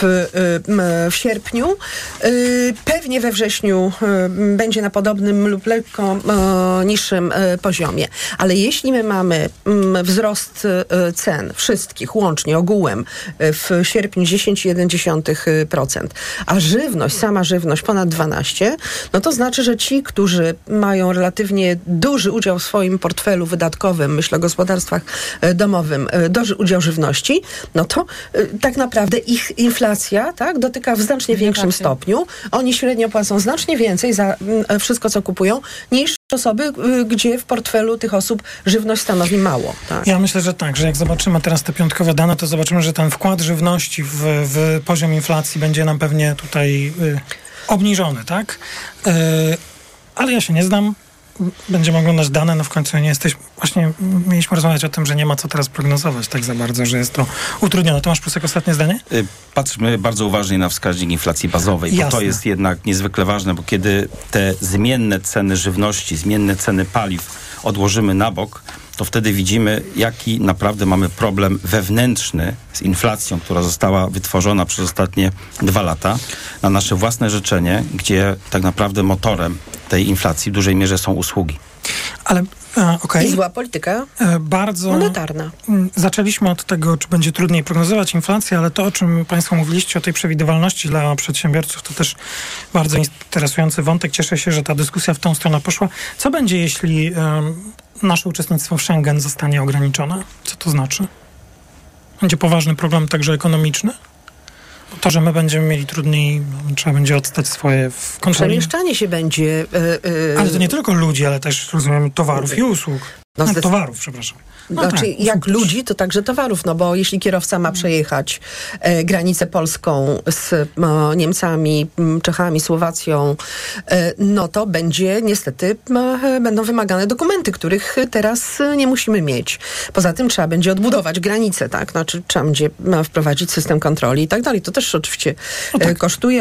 w sierpniu. Pewnie we wrześniu będzie na podobnym lub lekko niższym poziomie. Ale jeśli my mamy wzrost cen wszystkich łącznie, ogółem w sierpniu 10,1%, a sama żywność ponad 12%, no to znaczy, że ci, którzy mają relatywnie duży udział w swoim portfelu wydatkowym, myślę o gospodarstwach domowym, duży udział żywności, no to tak naprawdę ich inflacja, tak, dotyka w znacznie większym stopniu. Oni średnio płacą znacznie więcej za wszystko, co kupują, niż osoby, gdzie w portfelu tych osób żywność stanowi mało. Tak? Ja myślę, że tak, że jak zobaczymy teraz te piątkowe dane, to zobaczymy, że ten wkład żywności w poziom inflacji będzie nam pewnie tutaj obniżony, tak? Ale ja się nie znam. Będziemy oglądać dane, no w końcu nie jesteśmy... Właśnie mieliśmy rozmawiać o tym, że nie ma co teraz prognozować tak za bardzo, że jest to utrudnione. Tomasz Prusek, ostatnie zdanie? Patrzmy bardzo uważnie na wskaźnik inflacji bazowej, bo to jest jednak niezwykle ważne, bo kiedy te zmienne ceny żywności, zmienne ceny paliw odłożymy na bok, to wtedy widzimy, jaki naprawdę mamy problem wewnętrzny z inflacją, która została wytworzona przez ostatnie 2 lata na nasze własne życzenie, gdzie tak naprawdę motorem tej inflacji w dużej mierze są usługi. Ale I zła polityka bardzo monetarna. Zaczęliśmy od tego, czy będzie trudniej prognozować inflację, ale to, o czym państwo mówiliście, o tej przewidywalności dla przedsiębiorców, to też bardzo interesujący wątek. Cieszę się, że ta dyskusja w tą stronę poszła. Co będzie, jeśli nasze uczestnictwo w Schengen zostanie ograniczone? Co to znaczy? Będzie poważny problem także ekonomiczny? To, że my będziemy mieli trudniej, trzeba będzie odstać swoje w kontroli. Przemieszczanie się będzie... Ale to nie tylko ludzi, ale też, rozumiem, towarów i usług. Towarów, przepraszam. Znaczy, jak ludzi, to także towarów, no bo jeśli kierowca ma przejechać granicę polską z Niemcami, Czechami, Słowacją, no to będą wymagane dokumenty, których teraz nie musimy mieć. Poza tym trzeba będzie odbudować granice, tak? Znaczy, trzeba będzie wprowadzić system kontroli i tak dalej. To też oczywiście kosztuje.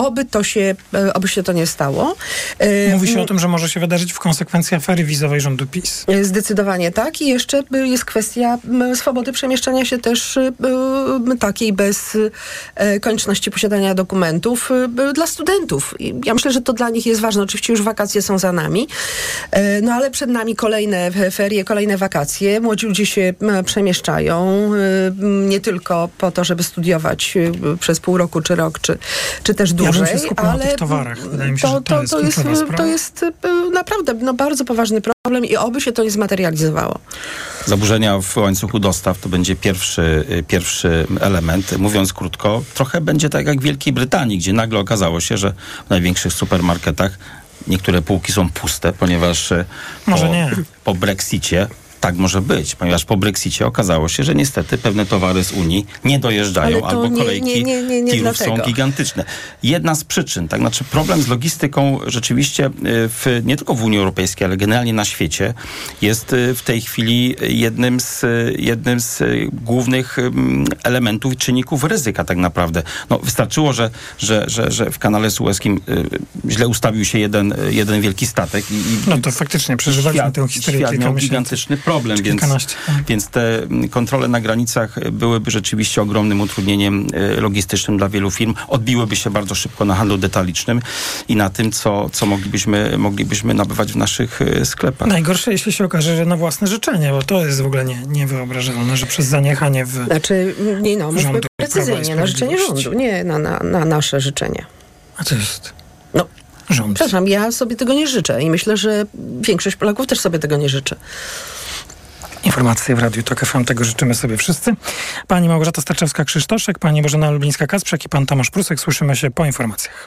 Oby się to nie stało. Mówi się o tym, że może się wydarzyć w konsekwencji afery wizowej rządu PiS. Zdecydowanie tak. I jeszcze jest kwestia swobody przemieszczania się też takiej bez konieczności posiadania dokumentów dla studentów. I ja myślę, że to dla nich jest ważne. Oczywiście już wakacje są za nami, no ale przed nami kolejne ferie, kolejne wakacje. Młodzi ludzie się przemieszczają nie tylko po to, żeby studiować przez pół roku, czy rok, czy też dłużej. Ja bym się skupił na tych towarach. Wydaje mi się, że to jest naprawdę bardzo poważny problem i oby się to nie zmaterializowało. Zaburzenia w łańcuchu dostaw to będzie pierwszy element. Mówiąc krótko, trochę będzie tak jak w Wielkiej Brytanii, gdzie nagle okazało się, że w największych supermarketach niektóre półki są puste, ponieważ po Brexicie tak może być, ponieważ po Brexicie okazało się, że niestety pewne towary z Unii nie dojeżdżają, albo kolejki tirów są gigantyczne. Jedna z przyczyn, tak, znaczy problem z logistyką rzeczywiście nie tylko w Unii Europejskiej, ale generalnie na świecie jest w tej chwili jednym z głównych elementów i czynników ryzyka tak naprawdę. No, wystarczyło, że w kanale sueskim źle ustawił się jeden wielki statek i no to faktycznie przeżywaliśmy tę historię kilka miesięcy. Gigantyczny problem, więc te kontrole na granicach byłyby rzeczywiście ogromnym utrudnieniem logistycznym dla wielu firm. Odbiłyby się bardzo szybko na handlu detalicznym i na tym, co moglibyśmy nabywać w naszych sklepach. Najgorsze, jeśli się okaże, że na własne życzenie, bo to jest w ogóle niewyobrażalne, że przez zaniechanie rządu precyzyjnie, na życzenie rządu, nie na nasze życzenie. A co jest? No, rząd. Przepraszam, ja sobie tego nie życzę i myślę, że większość Polaków też sobie tego nie życzy. Informacje w Radiu Tok FM, tego życzymy sobie wszyscy. Pani Małgorzata Starczewska-Krzysztoszek, pani Bożena Lublińska-Kacprzak i pan Tomasz Prusek. Słyszymy się po informacjach.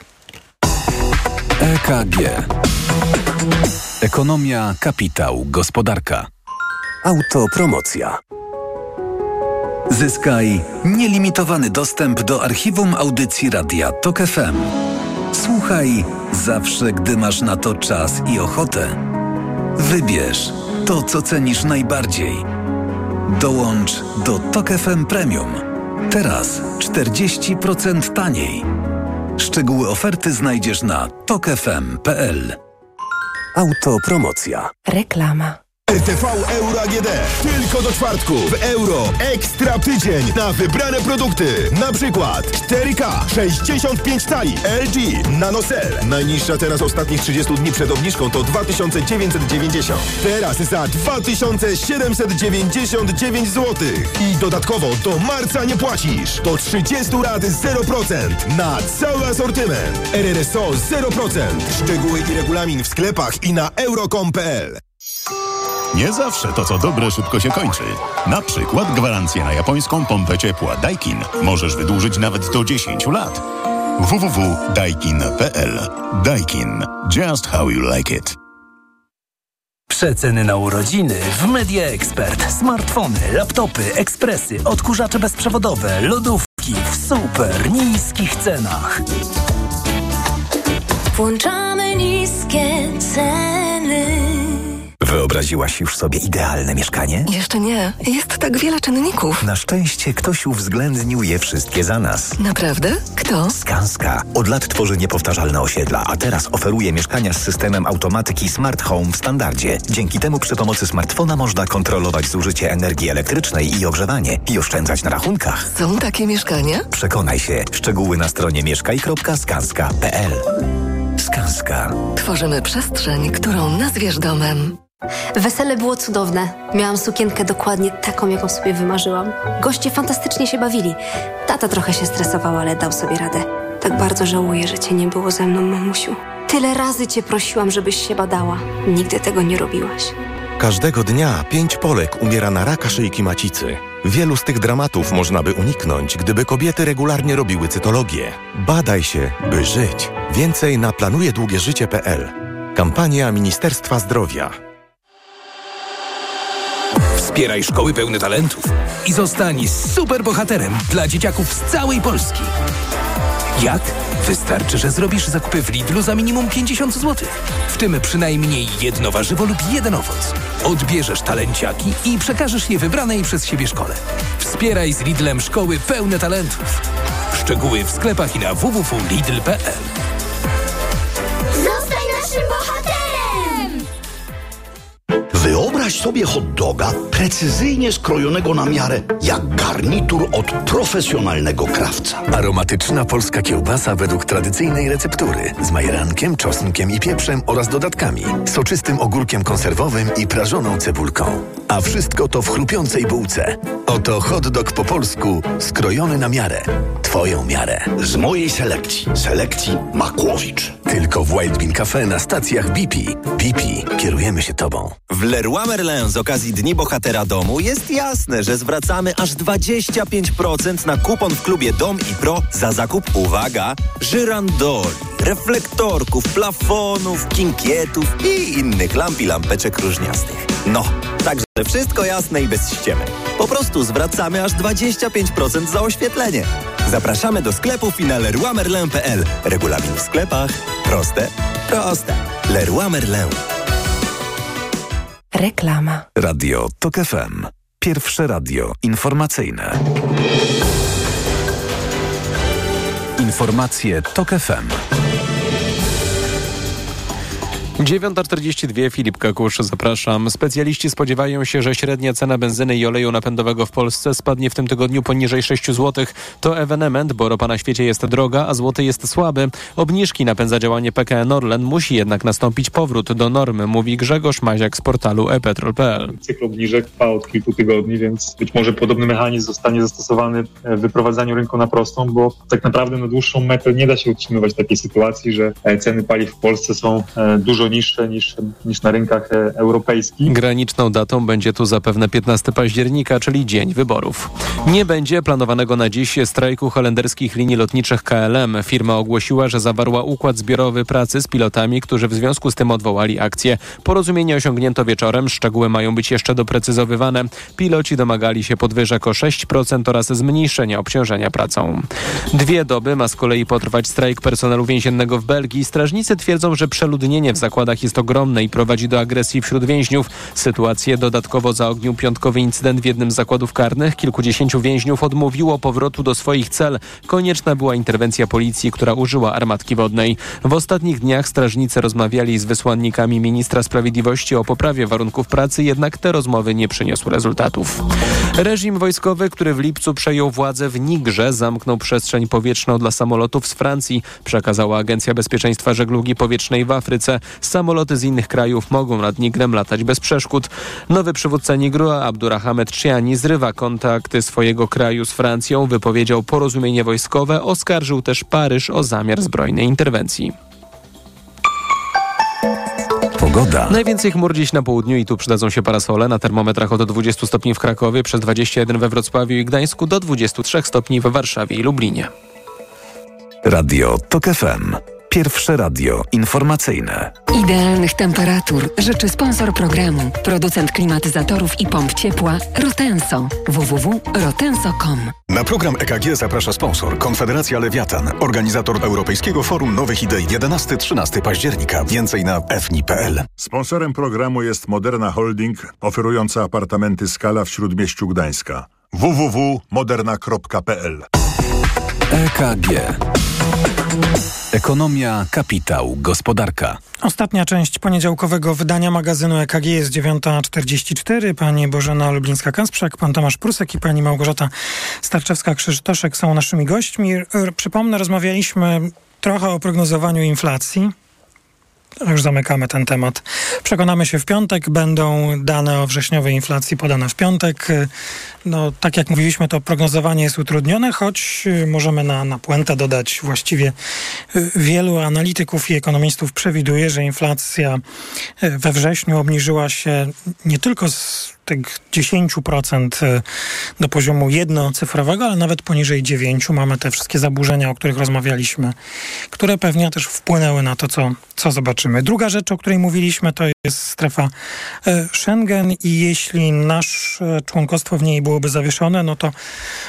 EKG. Ekonomia, kapitał, gospodarka. Autopromocja. Zyskaj nielimitowany dostęp do archiwum audycji Radia Tok FM. Słuchaj zawsze, gdy masz na to czas i ochotę. Wybierz to, co cenisz najbardziej. Dołącz do Tok FM Premium. Teraz 40% taniej. Szczegóły oferty znajdziesz na tokfm.pl. Autopromocja. Reklama. RTV Euro AGD. Tylko do czwartku. W euro. Ekstra tydzień na wybrane produkty. Na przykład 4K 65 cali LG NanoCell. Najniższa teraz ostatnich 30 dni przed obniżką to 2990. Teraz za 2799 zł. I dodatkowo do marca nie płacisz. Do 30 lat 0% na cały asortyment. RRSO 0%. Szczegóły i regulamin w sklepach i na euro.com.pl. Nie zawsze to, co dobre, szybko się kończy. Na przykład gwarancję na japońską pompę ciepła Daikin możesz wydłużyć nawet do 10 lat. www.daikin.pl. Daikin. Just how you like it. Przeceny na urodziny w Media Expert. Smartfony, laptopy, ekspresy, odkurzacze bezprzewodowe, lodówki w super niskich cenach. Włączamy niskie ceny. Wyobraziłaś już sobie idealne mieszkanie? Jeszcze nie. Jest tak wiele czynników. Na szczęście ktoś uwzględnił je wszystkie za nas. Naprawdę? Kto? Skanska. Od lat tworzy niepowtarzalne osiedla, a teraz oferuje mieszkania z systemem automatyki Smart Home w standardzie. Dzięki temu przy pomocy smartfona można kontrolować zużycie energii elektrycznej i ogrzewanie i oszczędzać na rachunkach. Są takie mieszkania? Przekonaj się. Szczegóły na stronie mieszkaj.skanska.pl. Skanska. Tworzymy przestrzeń, którą nazwiesz domem. Wesele było cudowne. Miałam sukienkę dokładnie taką, jaką sobie wymarzyłam. Goście fantastycznie się bawili. Tata trochę się stresował, ale dał sobie radę. Tak bardzo żałuję, że cię nie było ze mną, mamusiu. Tyle razy cię prosiłam, żebyś się badała. Nigdy tego nie robiłaś. Każdego dnia 5 Polek umiera na raka szyjki macicy. Wielu z tych dramatów można by uniknąć, gdyby kobiety regularnie robiły cytologię. Badaj się, by żyć. Więcej na planujedługieżycie.pl. Kampania Ministerstwa Zdrowia. Wspieraj szkoły pełne talentów i zostań superbohaterem dla dzieciaków z całej Polski. Jak? Wystarczy, że zrobisz zakupy w Lidlu za minimum 50 zł. W tym przynajmniej jedno warzywo lub jeden owoc. Odbierzesz talenciaki i przekażesz je wybranej przez siebie szkole. Wspieraj z Lidlem szkoły pełne talentów. Szczegóły w sklepach i na www.lidl.pl. Zostań naszym bohaterem! Wyobraź sobie hot doga precyzyjnie skrojonego na miarę, jak garnitur od profesjonalnego krawca. Aromatyczna polska kiełbasa według tradycyjnej receptury z majerankiem, czosnkiem i pieprzem oraz dodatkami, soczystym ogórkiem konserwowym i prażoną cebulką. A wszystko to w chrupiącej bułce. Oto hot dog po polsku, skrojony na miarę. Twoją miarę. Z mojej selekcji Makłowicz. Tylko w Wild Bean Cafe na stacjach BP. BP, kierujemy się tobą. W Leroy Merlin z okazji Dni Bohatera Domu jest jasne, że zwracamy aż 25% na kupon w klubie Dom i Pro za zakup, uwaga, żyrandoli, reflektorków, plafonów, kinkietów i innych lamp i lampeczek różniastych. No, także wszystko jasne i bez ściemy. Po prostu zwracamy aż 25% za oświetlenie. Zapraszamy do sklepów i na leroymerlin.pl. Regulamin w sklepach. Proste, proste. Leroy Merlin. Reklama. Radio Tok FM. Pierwsze radio informacyjne. Informacje Tok FM. 9:42, Filip Kakusz, zapraszam. Specjaliści spodziewają się, że średnia cena benzyny i oleju napędowego w Polsce spadnie w tym tygodniu poniżej 6 zł. To ewenement, bo ropa na świecie jest droga, a złoty jest słaby. Obniżki napędza działanie PKN Orlen. Musi jednak nastąpić powrót do normy, mówi Grzegorz Maziak z portalu ePetrol.pl. Cykl obniżek trwa od kilku tygodni, więc być może podobny mechanizm zostanie zastosowany w wyprowadzaniu rynku na prostą, bo tak naprawdę na dłuższą metę nie da się utrzymywać takiej sytuacji, że ceny paliw w Polsce są dużo niższe niż na rynkach europejskich. Graniczną datą będzie tu zapewne 15 października, czyli dzień wyborów. Nie będzie planowanego na dziś strajku holenderskich linii lotniczych KLM. Firma ogłosiła, że zawarła układ zbiorowy pracy z pilotami, którzy w związku z tym odwołali akcję. Porozumienie osiągnięto wieczorem, szczegóły mają być jeszcze doprecyzowywane. Piloci domagali się podwyżek o 6% oraz zmniejszenia obciążenia pracą. 2 doby ma z kolei potrwać strajk personelu więziennego w Belgii. Strażnicy twierdzą, że przeludnienie w zakładach jest ogromne i prowadzi do agresji wśród więźniów. Sytuację dodatkowo zaognił piątkowy incydent w jednym z zakładów karnych. Kilkudziesięciu więźniów odmówiło powrotu do swoich cel. Konieczna była interwencja policji, która użyła armatki wodnej. W ostatnich dniach strażnicy rozmawiali z wysłannikami ministra sprawiedliwości o poprawie warunków pracy, jednak te rozmowy nie przyniosły rezultatów. Reżim wojskowy, który w lipcu przejął władzę w Nigrze, zamknął przestrzeń powietrzną dla samolotów z Francji, przekazała Agencja Bezpieczeństwa Żeglugi Powietrznej w Afryce. Samoloty z innych krajów mogą nad Nigrem latać bez przeszkód. Nowy przywódca Nigru, Abdurrahman Chiani, zrywa kontakty swojego kraju z Francją, wypowiedział porozumienie wojskowe, oskarżył też Paryż o zamiar zbrojnej interwencji. Pogoda. Najwięcej chmur dziś na południu i tu przydadzą się parasole. Na termometrach od 20 stopni w Krakowie, przez 21 we Wrocławiu i Gdańsku, do 23 stopni w Warszawie i Lublinie. Radio TOK FM. Pierwsze radio informacyjne. Idealnych temperatur życzy sponsor programu, producent klimatyzatorów i pomp ciepła Rotenso. www.rotenso.com. Na program EKG zaprasza sponsor Konfederacja Lewiatan, organizator Europejskiego Forum Nowych Idei 11-13 października. Więcej na fni.pl. Sponsorem programu jest Moderna Holding, oferująca apartamenty Skala w Śródmieściu Gdańska. www.moderna.pl. EKG. Ekonomia, kapitał, gospodarka. Ostatnia część poniedziałkowego wydania magazynu EKG jest 9:44. Pani Bożena Lublińska-Kasprzak, pan Tomasz Prusek i pani Małgorzata Starczewska-Krzysztoszek są naszymi gośćmi. Przypomnę, rozmawialiśmy trochę o prognozowaniu inflacji. Już zamykamy ten temat. Przekonamy się w piątek. Będą dane o wrześniowej inflacji podane w piątek. No, tak jak mówiliśmy, to prognozowanie jest utrudnione, choć możemy na puentę dodać właściwie wielu analityków i ekonomistów przewiduje, że inflacja we wrześniu obniżyła się nie tylko z tych 10% do poziomu jednocyfrowego, ale nawet poniżej 9%. Mamy te wszystkie zaburzenia, o których rozmawialiśmy, które pewnie też wpłynęły na to, co zobaczymy. Druga rzecz, o której mówiliśmy, to jest strefa Schengen i jeśli nasze członkostwo w niej byłoby zawieszone, no to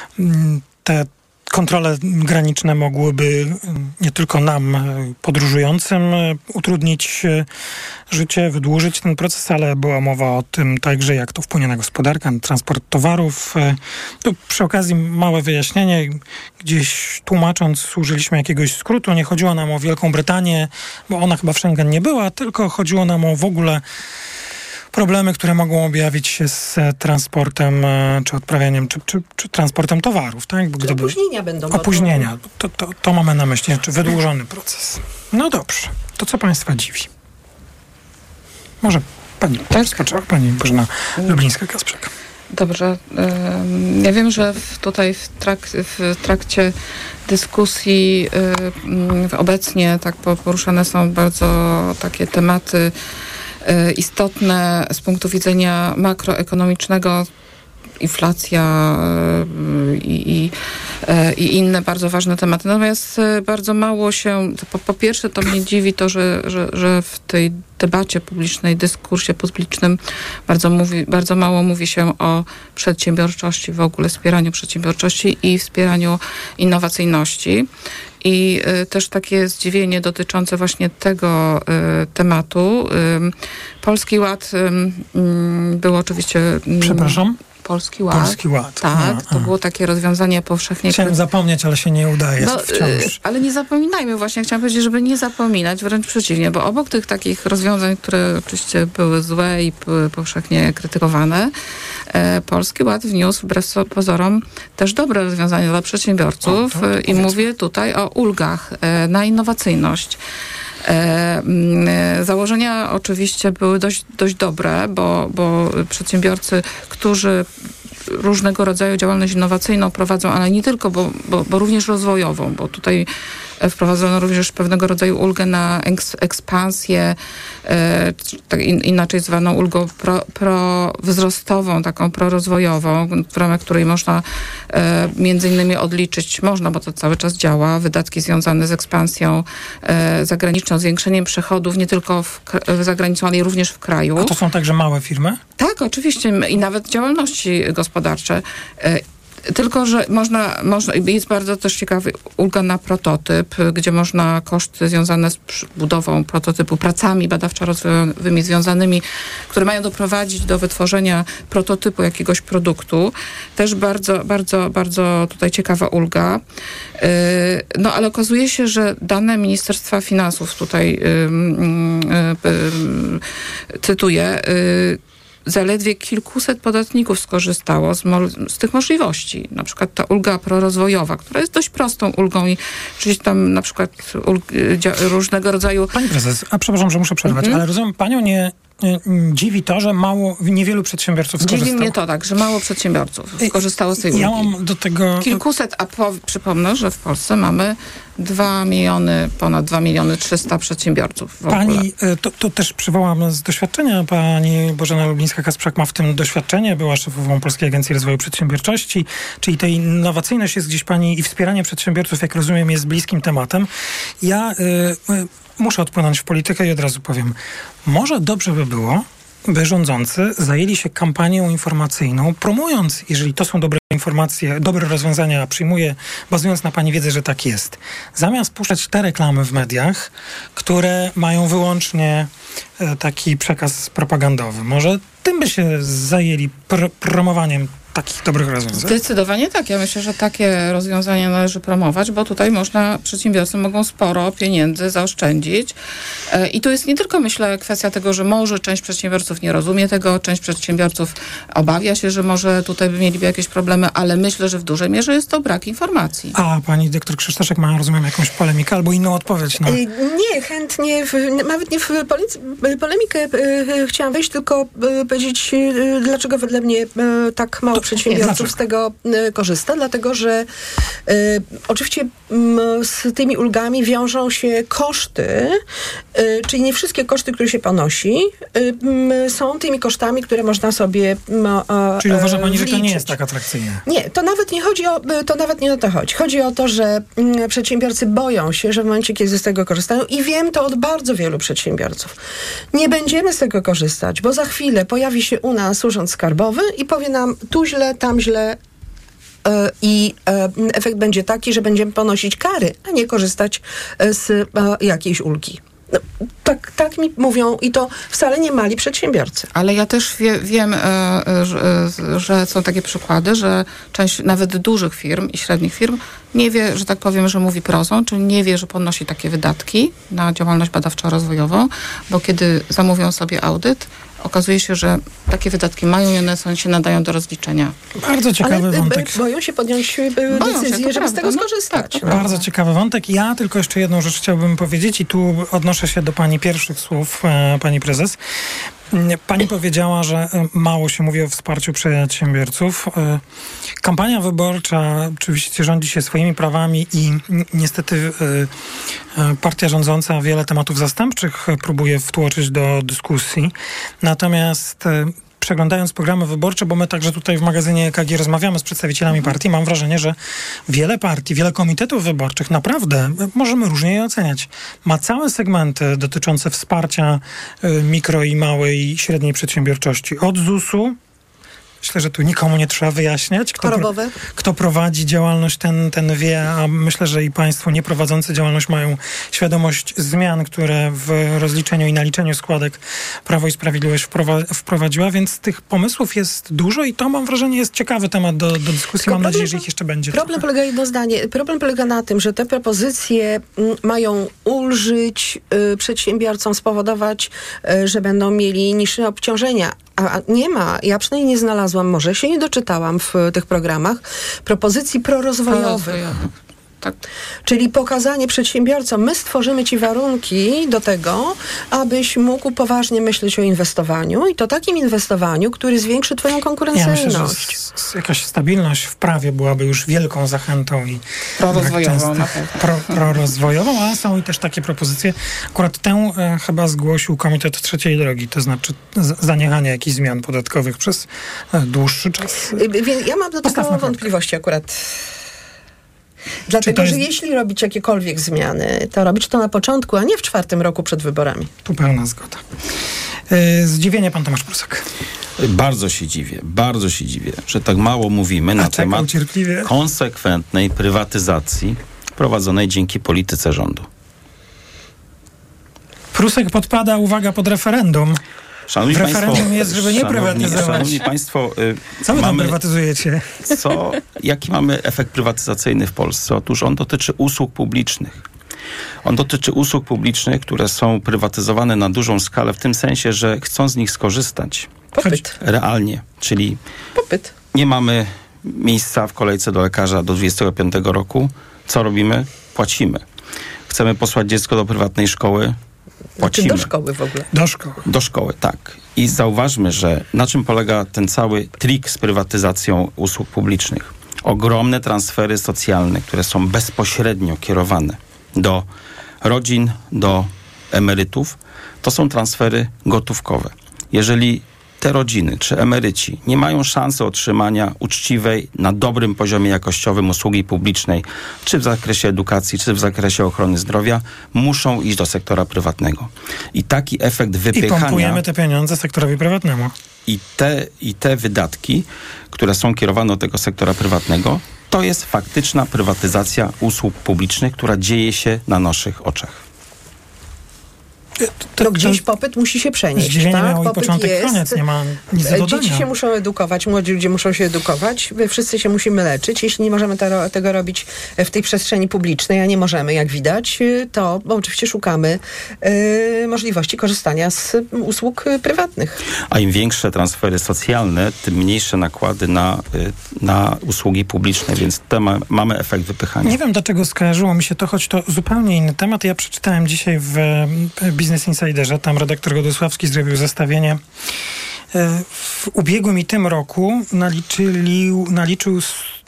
te kontrole graniczne mogłyby nie tylko nam, podróżującym, utrudnić życie, wydłużyć ten proces, ale była mowa o tym także, jak to wpłynie na gospodarkę, na transport towarów. Tu przy okazji małe wyjaśnienie. Gdzieś tłumacząc, użyliśmy jakiegoś skrótu. Nie chodziło nam o Wielką Brytanię, bo ona chyba w Schengen nie była, tylko chodziło nam o w ogóle problemy, które mogą objawić się z transportem, czy odprawianiem, czy transportem towarów. Tak? Bo gdyby opóźnienia będą. Opóźnienia. To mamy na myśli, czy wydłużony proces. No dobrze. To co państwa dziwi? Może pani rozpoczęła, pani Bożena Lublińska-Kasprzak. Dobrze. Ja wiem, że tutaj w trakcie dyskusji obecnie tak poruszane są bardzo takie tematy istotne z punktu widzenia makroekonomicznego, inflacja i inne bardzo ważne tematy. Natomiast bardzo mało się, po pierwsze to mnie dziwi to, że w tej debacie publicznej, dyskursie publicznym bardzo mało mówi się o przedsiębiorczości, w ogóle wspieraniu przedsiębiorczości i wspieraniu innowacyjności. I też takie zdziwienie dotyczące właśnie tego tematu. Polski Ład był oczywiście... Przepraszam? Polski Ład. Polski Ład. Tak, to było takie rozwiązanie powszechnie... Chciałem zapomnieć, ale się nie udaje wciąż. Ale nie zapominajmy właśnie, chciałam powiedzieć, żeby nie zapominać, wręcz przeciwnie, bo obok tych takich rozwiązań, które oczywiście były złe i były powszechnie krytykowane, Polski Ład wniósł wbrew pozorom też dobre rozwiązania dla przedsiębiorców i mówię tutaj o ulgach na innowacyjność. Założenia oczywiście były dość dobre, bo przedsiębiorcy, którzy różnego rodzaju działalność innowacyjną prowadzą, ale nie tylko, bo również rozwojową, bo tutaj wprowadzono również pewnego rodzaju ulgę na ekspansję, tak inaczej zwaną ulgą prowzrostową, taką prorozwojową, w ramach której można między innymi odliczyć, bo to cały czas działa, wydatki związane z ekspansją zagraniczną, zwiększeniem przychodów nie tylko za granicą, ale również w kraju. A to są także małe firmy? Tak, oczywiście i nawet działalności gospodarcze. Tylko, że jest bardzo też ciekawy ulga na prototyp, gdzie można koszty związane z budową prototypu, pracami badawczo-rozwojowymi związanymi, które mają doprowadzić do wytworzenia prototypu jakiegoś produktu. Też bardzo, bardzo, bardzo tutaj ciekawa ulga. Ale okazuje się, że dane Ministerstwa Finansów, tutaj cytuję, zaledwie kilkuset podatników skorzystało z tych możliwości. Na przykład ta ulga prorozwojowa, która jest dość prostą ulgą i oczywiście tam na przykład różnego rodzaju... Pani prezes, przepraszam, że muszę przerwać, ale rozumiem, panią nie dziwi to, że niewielu przedsiębiorców skorzystało. Dziwi mnie to tak, że mało przedsiębiorców skorzystało z tej ulgi. Ja mam do tego... Kilkuset, przypomnę, że w Polsce mamy ponad 2 miliony 300 przedsiębiorców w ogóle. Pani, to też przywołam z doświadczenia, pani Bożena Lublińska-Kasprzak ma w tym doświadczenie, była szefową Polskiej Agencji Rozwoju Przedsiębiorczości, czyli ta innowacyjność jest gdzieś pani i wspieranie przedsiębiorców, jak rozumiem, jest bliskim tematem. Ja muszę odpłynąć w politykę i od razu powiem, może dobrze by było, by rządzący zajęli się kampanią informacyjną, promując, jeżeli to są dobre informacje, dobre rozwiązania, przyjmuję, bazując na pani wiedzy, że tak jest. Zamiast puszczać te reklamy w mediach, które mają wyłącznie taki przekaz propagandowy. Może tym by się zajęli promowaniem takich dobrych rozwiązań? Zdecydowanie tak. Ja myślę, że takie rozwiązania należy promować, bo tutaj przedsiębiorcy mogą sporo pieniędzy zaoszczędzić. I tu jest nie tylko, myślę, kwestia tego, że może część przedsiębiorców nie rozumie tego, część przedsiębiorców obawia się, że może tutaj mieliby jakieś problemy, ale myślę, że w dużej mierze jest to brak informacji. A pani doktor Krzysztoszek ma, rozumiem, jakąś polemikę albo inną odpowiedź na... Nie, chętnie, nawet nie w polemikę chciałam wejść, tylko powiedzieć, dlaczego wedle mnie tak mało przedsiębiorców z tego korzysta, dlatego że oczywiście z tymi ulgami wiążą się koszty, czyli nie wszystkie koszty, które się ponosi, są tymi kosztami, które można sobie Czyli uważa pani, że to nie jest tak atrakcyjne? Nie, to nawet nie chodzi o to chodzi. Chodzi o to, że przedsiębiorcy boją się, że w momencie, kiedy z tego korzystają, i wiem to od bardzo wielu przedsiębiorców, nie będziemy z tego korzystać, bo za chwilę pojawi się u nas Urząd Skarbowy i powie nam tu źle, tam źle i efekt będzie taki, że będziemy ponosić kary, a nie korzystać z jakiejś ulgi. No, tak mi mówią i to wcale nie mali przedsiębiorcy. Ale ja też wiem, że są takie przykłady, że część nawet dużych firm i średnich firm nie wie, że tak powiem, że mówi prozą, czyli nie wie, że ponosi takie wydatki na działalność badawczo-rozwojową, bo kiedy zamówią sobie audyt, okazuje się, że takie wydatki mają i one się nadają do rozliczenia. Bardzo ciekawy wątek. Boją się podjąć decyzję, żeby z tego skorzystać. Tak, bardzo ciekawy wątek. Ja tylko jeszcze jedną rzecz chciałbym powiedzieć i tu odnoszę się do pani pierwszych słów, pani prezes. Pani powiedziała, że mało się mówi o wsparciu przedsiębiorców. Kampania wyborcza oczywiście rządzi się swoimi prawami i niestety partia rządząca wiele tematów zastępczych próbuje wtłoczyć do dyskusji. Natomiast przeglądając programy wyborcze, bo my także tutaj w magazynie EKG rozmawiamy z przedstawicielami partii, mam wrażenie, że wiele partii, wiele komitetów wyborczych naprawdę, możemy różnie je oceniać, ma całe segmenty dotyczące wsparcia mikro i małej i średniej przedsiębiorczości. Od ZUS-u Myślę, że tu nikomu nie trzeba wyjaśniać. Kto prowadzi działalność, ten wie, a myślę, że i państwo nieprowadzący działalność mają świadomość zmian, które w rozliczeniu i naliczeniu składek Prawo i Sprawiedliwość wprowadziła, więc tych pomysłów jest dużo i to, mam wrażenie, jest ciekawy temat do dyskusji. Mam nadzieję, że ich jeszcze będzie. Problem polega jedno zdanie. Problem polega na tym, że te propozycje mają ulżyć przedsiębiorcom, spowodować, że będą mieli niższe obciążenia. A nie ma, ja przynajmniej nie znalazłam, może się nie doczytałam w tych programach, propozycji prorozwojowych. Tak. Czyli pokazanie przedsiębiorcom, my stworzymy ci warunki do tego, abyś mógł poważnie myśleć o inwestowaniu i to takim inwestowaniu, który zwiększy twoją konkurencyjność. Ja myślę, że jakaś stabilność w prawie byłaby już wielką zachętą i prorozwojową, ale są i też takie propozycje. Akurat tę chyba zgłosił Komitet Trzeciej Drogi, to znaczy zaniechanie jakichś zmian podatkowych przez dłuższy czas. Ja mam do tego wątpliwości akurat. Dlatego, że jeśli robić jakiekolwiek zmiany, to robić to na początku, a nie w 4. roku przed wyborami. Tu pełna zgoda. Zdziwienie pan Tomasz Prusak. Bardzo się dziwię, że tak mało mówimy na temat konsekwentnej prywatyzacji prowadzonej dzięki polityce rządu. Prusek podpada, uwaga, pod referendum. Szanowni referendum Państwo, jest, żeby nie prywatyzować. Szanowni Państwo, co wy tam prywatyzujecie? Jaki mamy efekt prywatyzacyjny w Polsce? Otóż on dotyczy usług publicznych. On dotyczy usług publicznych, które są prywatyzowane na dużą skalę, w tym sensie, że chcą z nich skorzystać. Popyt. Realnie, czyli popyt. Nie mamy miejsca w kolejce do lekarza do 25 roku. Co robimy? Płacimy. Chcemy posłać dziecko do prywatnej szkoły. Płacimy. Do szkoły w ogóle. Do szkoły, tak. I zauważmy, że na czym polega ten cały trik z prywatyzacją usług publicznych. Ogromne transfery socjalne, które są bezpośrednio kierowane do rodzin, do emerytów, to są transfery gotówkowe. Jeżeli te rodziny czy emeryci nie mają szansy otrzymania uczciwej, na dobrym poziomie jakościowym usługi publicznej, czy w zakresie edukacji, czy w zakresie ochrony zdrowia, muszą iść do sektora prywatnego. I taki efekt wypychania... I pompujemy te pieniądze sektorowi prywatnemu. I te wydatki, które są kierowane do tego sektora prywatnego, to jest faktyczna prywatyzacja usług publicznych, która dzieje się na naszych oczach. To gdzieś popyt musi się przenieść. Zdziwienie miało i początek, koniec, nie ma nic do dodania. Dzieci się muszą edukować, młodzi ludzie muszą się edukować, wszyscy się musimy leczyć. Jeśli nie możemy tego robić w tej przestrzeni publicznej, a nie możemy, jak widać, to oczywiście szukamy możliwości korzystania z usług prywatnych. A im większe transfery socjalne, tym mniejsze nakłady na usługi publiczne, więc mamy efekt wypychania. Nie wiem, dlaczego skojarzyło mi się to, choć to zupełnie inny temat. Ja przeczytałem dzisiaj w Business Insiderze, tam redaktor Godosławski zrobił zestawienie. W ubiegłym i tym roku naliczył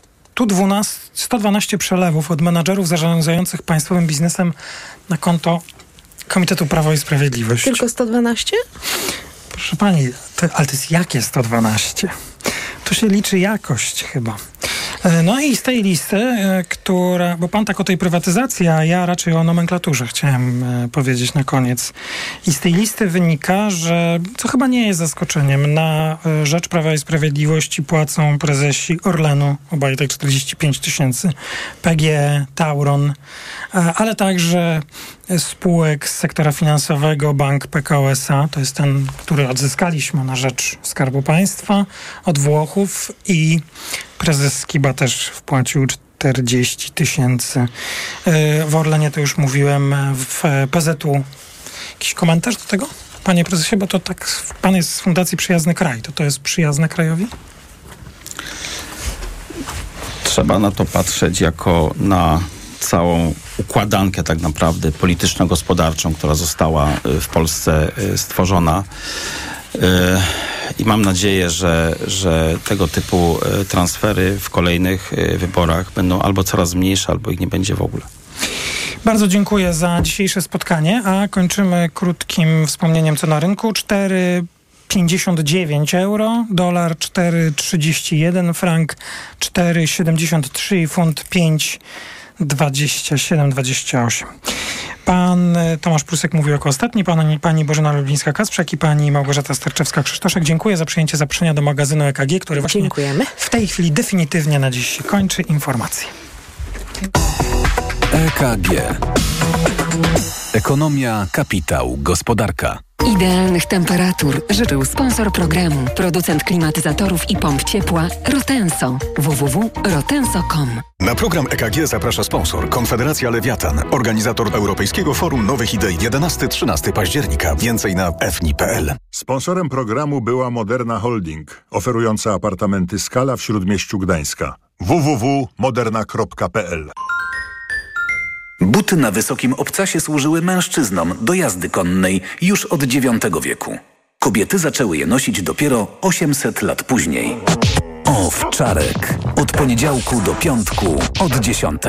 112 przelewów od menadżerów zarządzających państwowym biznesem na konto Komitetu Prawo i Sprawiedliwość. Tylko 112? Proszę pani, ale to jest jakie 112? Tu się liczy jakość chyba. No i z tej listy, bo pan tak o tej prywatyzacji, a ja raczej o nomenklaturze chciałem powiedzieć na koniec. I z tej listy wynika, że, co chyba nie jest zaskoczeniem, na rzecz Prawa i Sprawiedliwości płacą prezesi Orlenu, obaj tak 45 000, PGE, Tauron, ale także spółek z sektora finansowego, Bank Pekao SA, to jest ten, który odzyskaliśmy na rzecz Skarbu Państwa od Włochów, i prezes Skiba też wpłacił 40 000. W Orlenie to już mówiłem, w PZU. Jakiś komentarz do tego, panie prezesie, bo to tak, pan jest z Fundacji Przyjazny Kraj, to jest przyjazne krajowi? Trzeba na to patrzeć jako na całą układankę tak naprawdę polityczno-gospodarczą, która została w Polsce stworzona. I mam nadzieję, że tego typu transfery w kolejnych wyborach będą albo coraz mniejsze, albo ich nie będzie w ogóle. Bardzo dziękuję za dzisiejsze spotkanie, a kończymy krótkim wspomnieniem co na rynku. 4,59 euro, dolar 4,31, frank 4,73 i funt 5,27-28. Pan Tomasz Prusek mówił jako ostatni, pani Bożena Lublińska-Kasprzak i pani Małgorzata Sterczewska-Krzysztoszek. Dziękuję za przyjęcie zaproszenia do magazynu EKG, który właśnie w tej chwili definitywnie na dziś się kończy. Informacje. EKG. Ekonomia, kapitał, gospodarka. Idealnych temperatur życzył sponsor programu, producent klimatyzatorów i pomp ciepła Rotenso. www.rotenso.com. Na program EKG zaprasza sponsor Konfederacja Lewiatan, organizator Europejskiego Forum Nowych Idei 11-13 października. Więcej na fni.pl. Sponsorem programu była Moderna Holding, oferująca apartamenty Skala w Śródmieściu Gdańska. www.moderna.pl. Buty na wysokim obcasie służyły mężczyznom do jazdy konnej już od IX wieku. Kobiety zaczęły je nosić dopiero 800 lat później. Owczarek. Od poniedziałku do piątku od 10.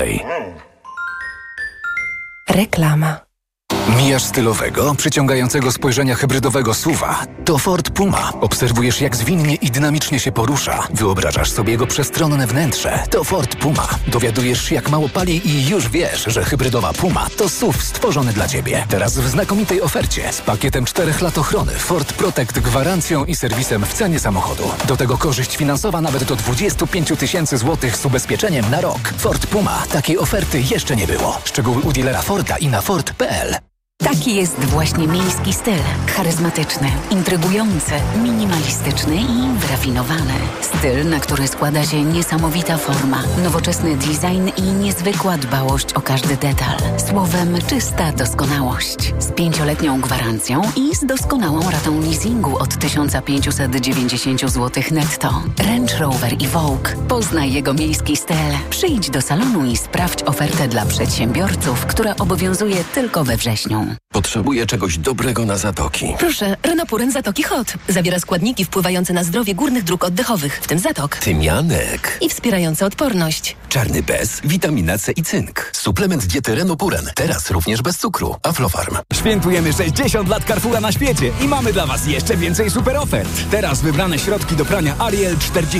Reklama. Mijasz stylowego, przyciągającego spojrzenia hybrydowego SUV-a. To Ford Puma. Obserwujesz, jak zwinnie i dynamicznie się porusza. Wyobrażasz sobie jego przestronne wnętrze. To Ford Puma. Dowiadujesz się, jak mało pali i już wiesz, że hybrydowa Puma to SUV stworzony dla Ciebie. Teraz w znakomitej ofercie z pakietem 4 lat ochrony, Ford Protect, gwarancją i serwisem w cenie samochodu. Do tego korzyść finansowa nawet do 25 000 złotych z ubezpieczeniem na rok. Ford Puma. Takiej oferty jeszcze nie było. Szczegóły u dealera Forda i na Ford.pl. Taki jest właśnie miejski styl. Charyzmatyczny, intrygujący, minimalistyczny i wyrafinowany. Styl, na który składa się niesamowita forma, nowoczesny design i niezwykła dbałość o każdy detal. Słowem, czysta doskonałość. Z 5-letnią gwarancją i z doskonałą ratą leasingu od 1590 zł netto. Range Rover i Vogue. Poznaj jego miejski styl. Przyjdź do salonu i sprawdź ofertę dla przedsiębiorców, która obowiązuje tylko we wrześniu. Potrzebuję czegoś dobrego na zatoki. Proszę, Renopuren Zatoki Hot. Zawiera składniki wpływające na zdrowie górnych dróg oddechowych, w tym zatok. Tymianek. I wspierające odporność. Czarny bez, witamina C i cynk. Suplement diety Renopuren. Teraz również bez cukru. Aflofarm. Świętujemy 60 lat Carrefoura na świecie i mamy dla Was jeszcze więcej super ofert. Teraz wybrane środki do prania Ariel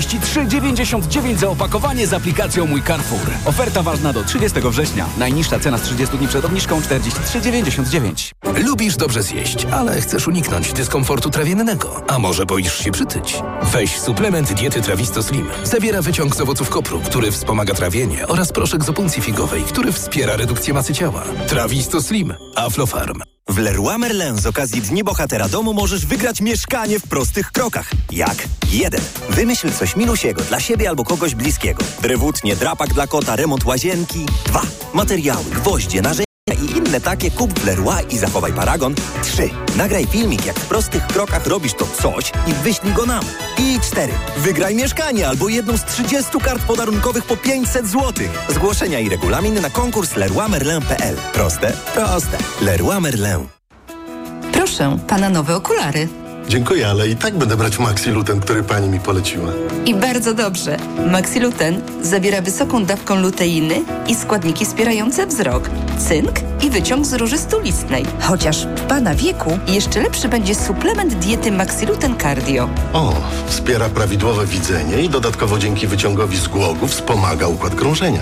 43,99 za opakowanie z aplikacją Mój Carrefour. Oferta ważna do 30 września. Najniższa cena z 30 dni przed obniżką 43,99. Lubisz dobrze zjeść, ale chcesz uniknąć dyskomfortu trawiennego. A może boisz się przytyć? Weź suplement diety Trawisto Slim. Zawiera wyciąg z owoców kopru, który wspomaga trawienie, oraz proszek z opuncji figowej, który wspiera redukcję masy ciała. Trawisto Slim. Aflofarm. W Leroy Merlin z okazji Dni Bohatera Domu możesz wygrać mieszkanie w prostych krokach. Jak? 1. Wymyśl coś milusiego dla siebie albo kogoś bliskiego. Drewutnie, drapak dla kota, remont łazienki. 2. Materiały, gwoździe, narzędzia i inne takie kup w Leroy i zachowaj paragon. 3. Nagraj filmik, jak w prostych krokach robisz to coś i wyślij go nam. I 4. Wygraj mieszkanie albo jedną z 30 kart podarunkowych po 500 zł. Zgłoszenia i regulamin na konkurs leroymerlin.pl. Proste? Proste. Leroy Merlin. Proszę, pana nowe okulary. Dziękuję, ale i tak będę brać Maxiluten, który pani mi poleciła. I bardzo dobrze. Maxiluten zawiera wysoką dawkę luteiny i składniki wspierające wzrok, cynk i wyciąg z róży stulistnej. Chociaż w pana wieku jeszcze lepszy będzie suplement diety Maxiluten Cardio. O, wspiera prawidłowe widzenie i dodatkowo dzięki wyciągowi z głogów wspomaga układ krążenia.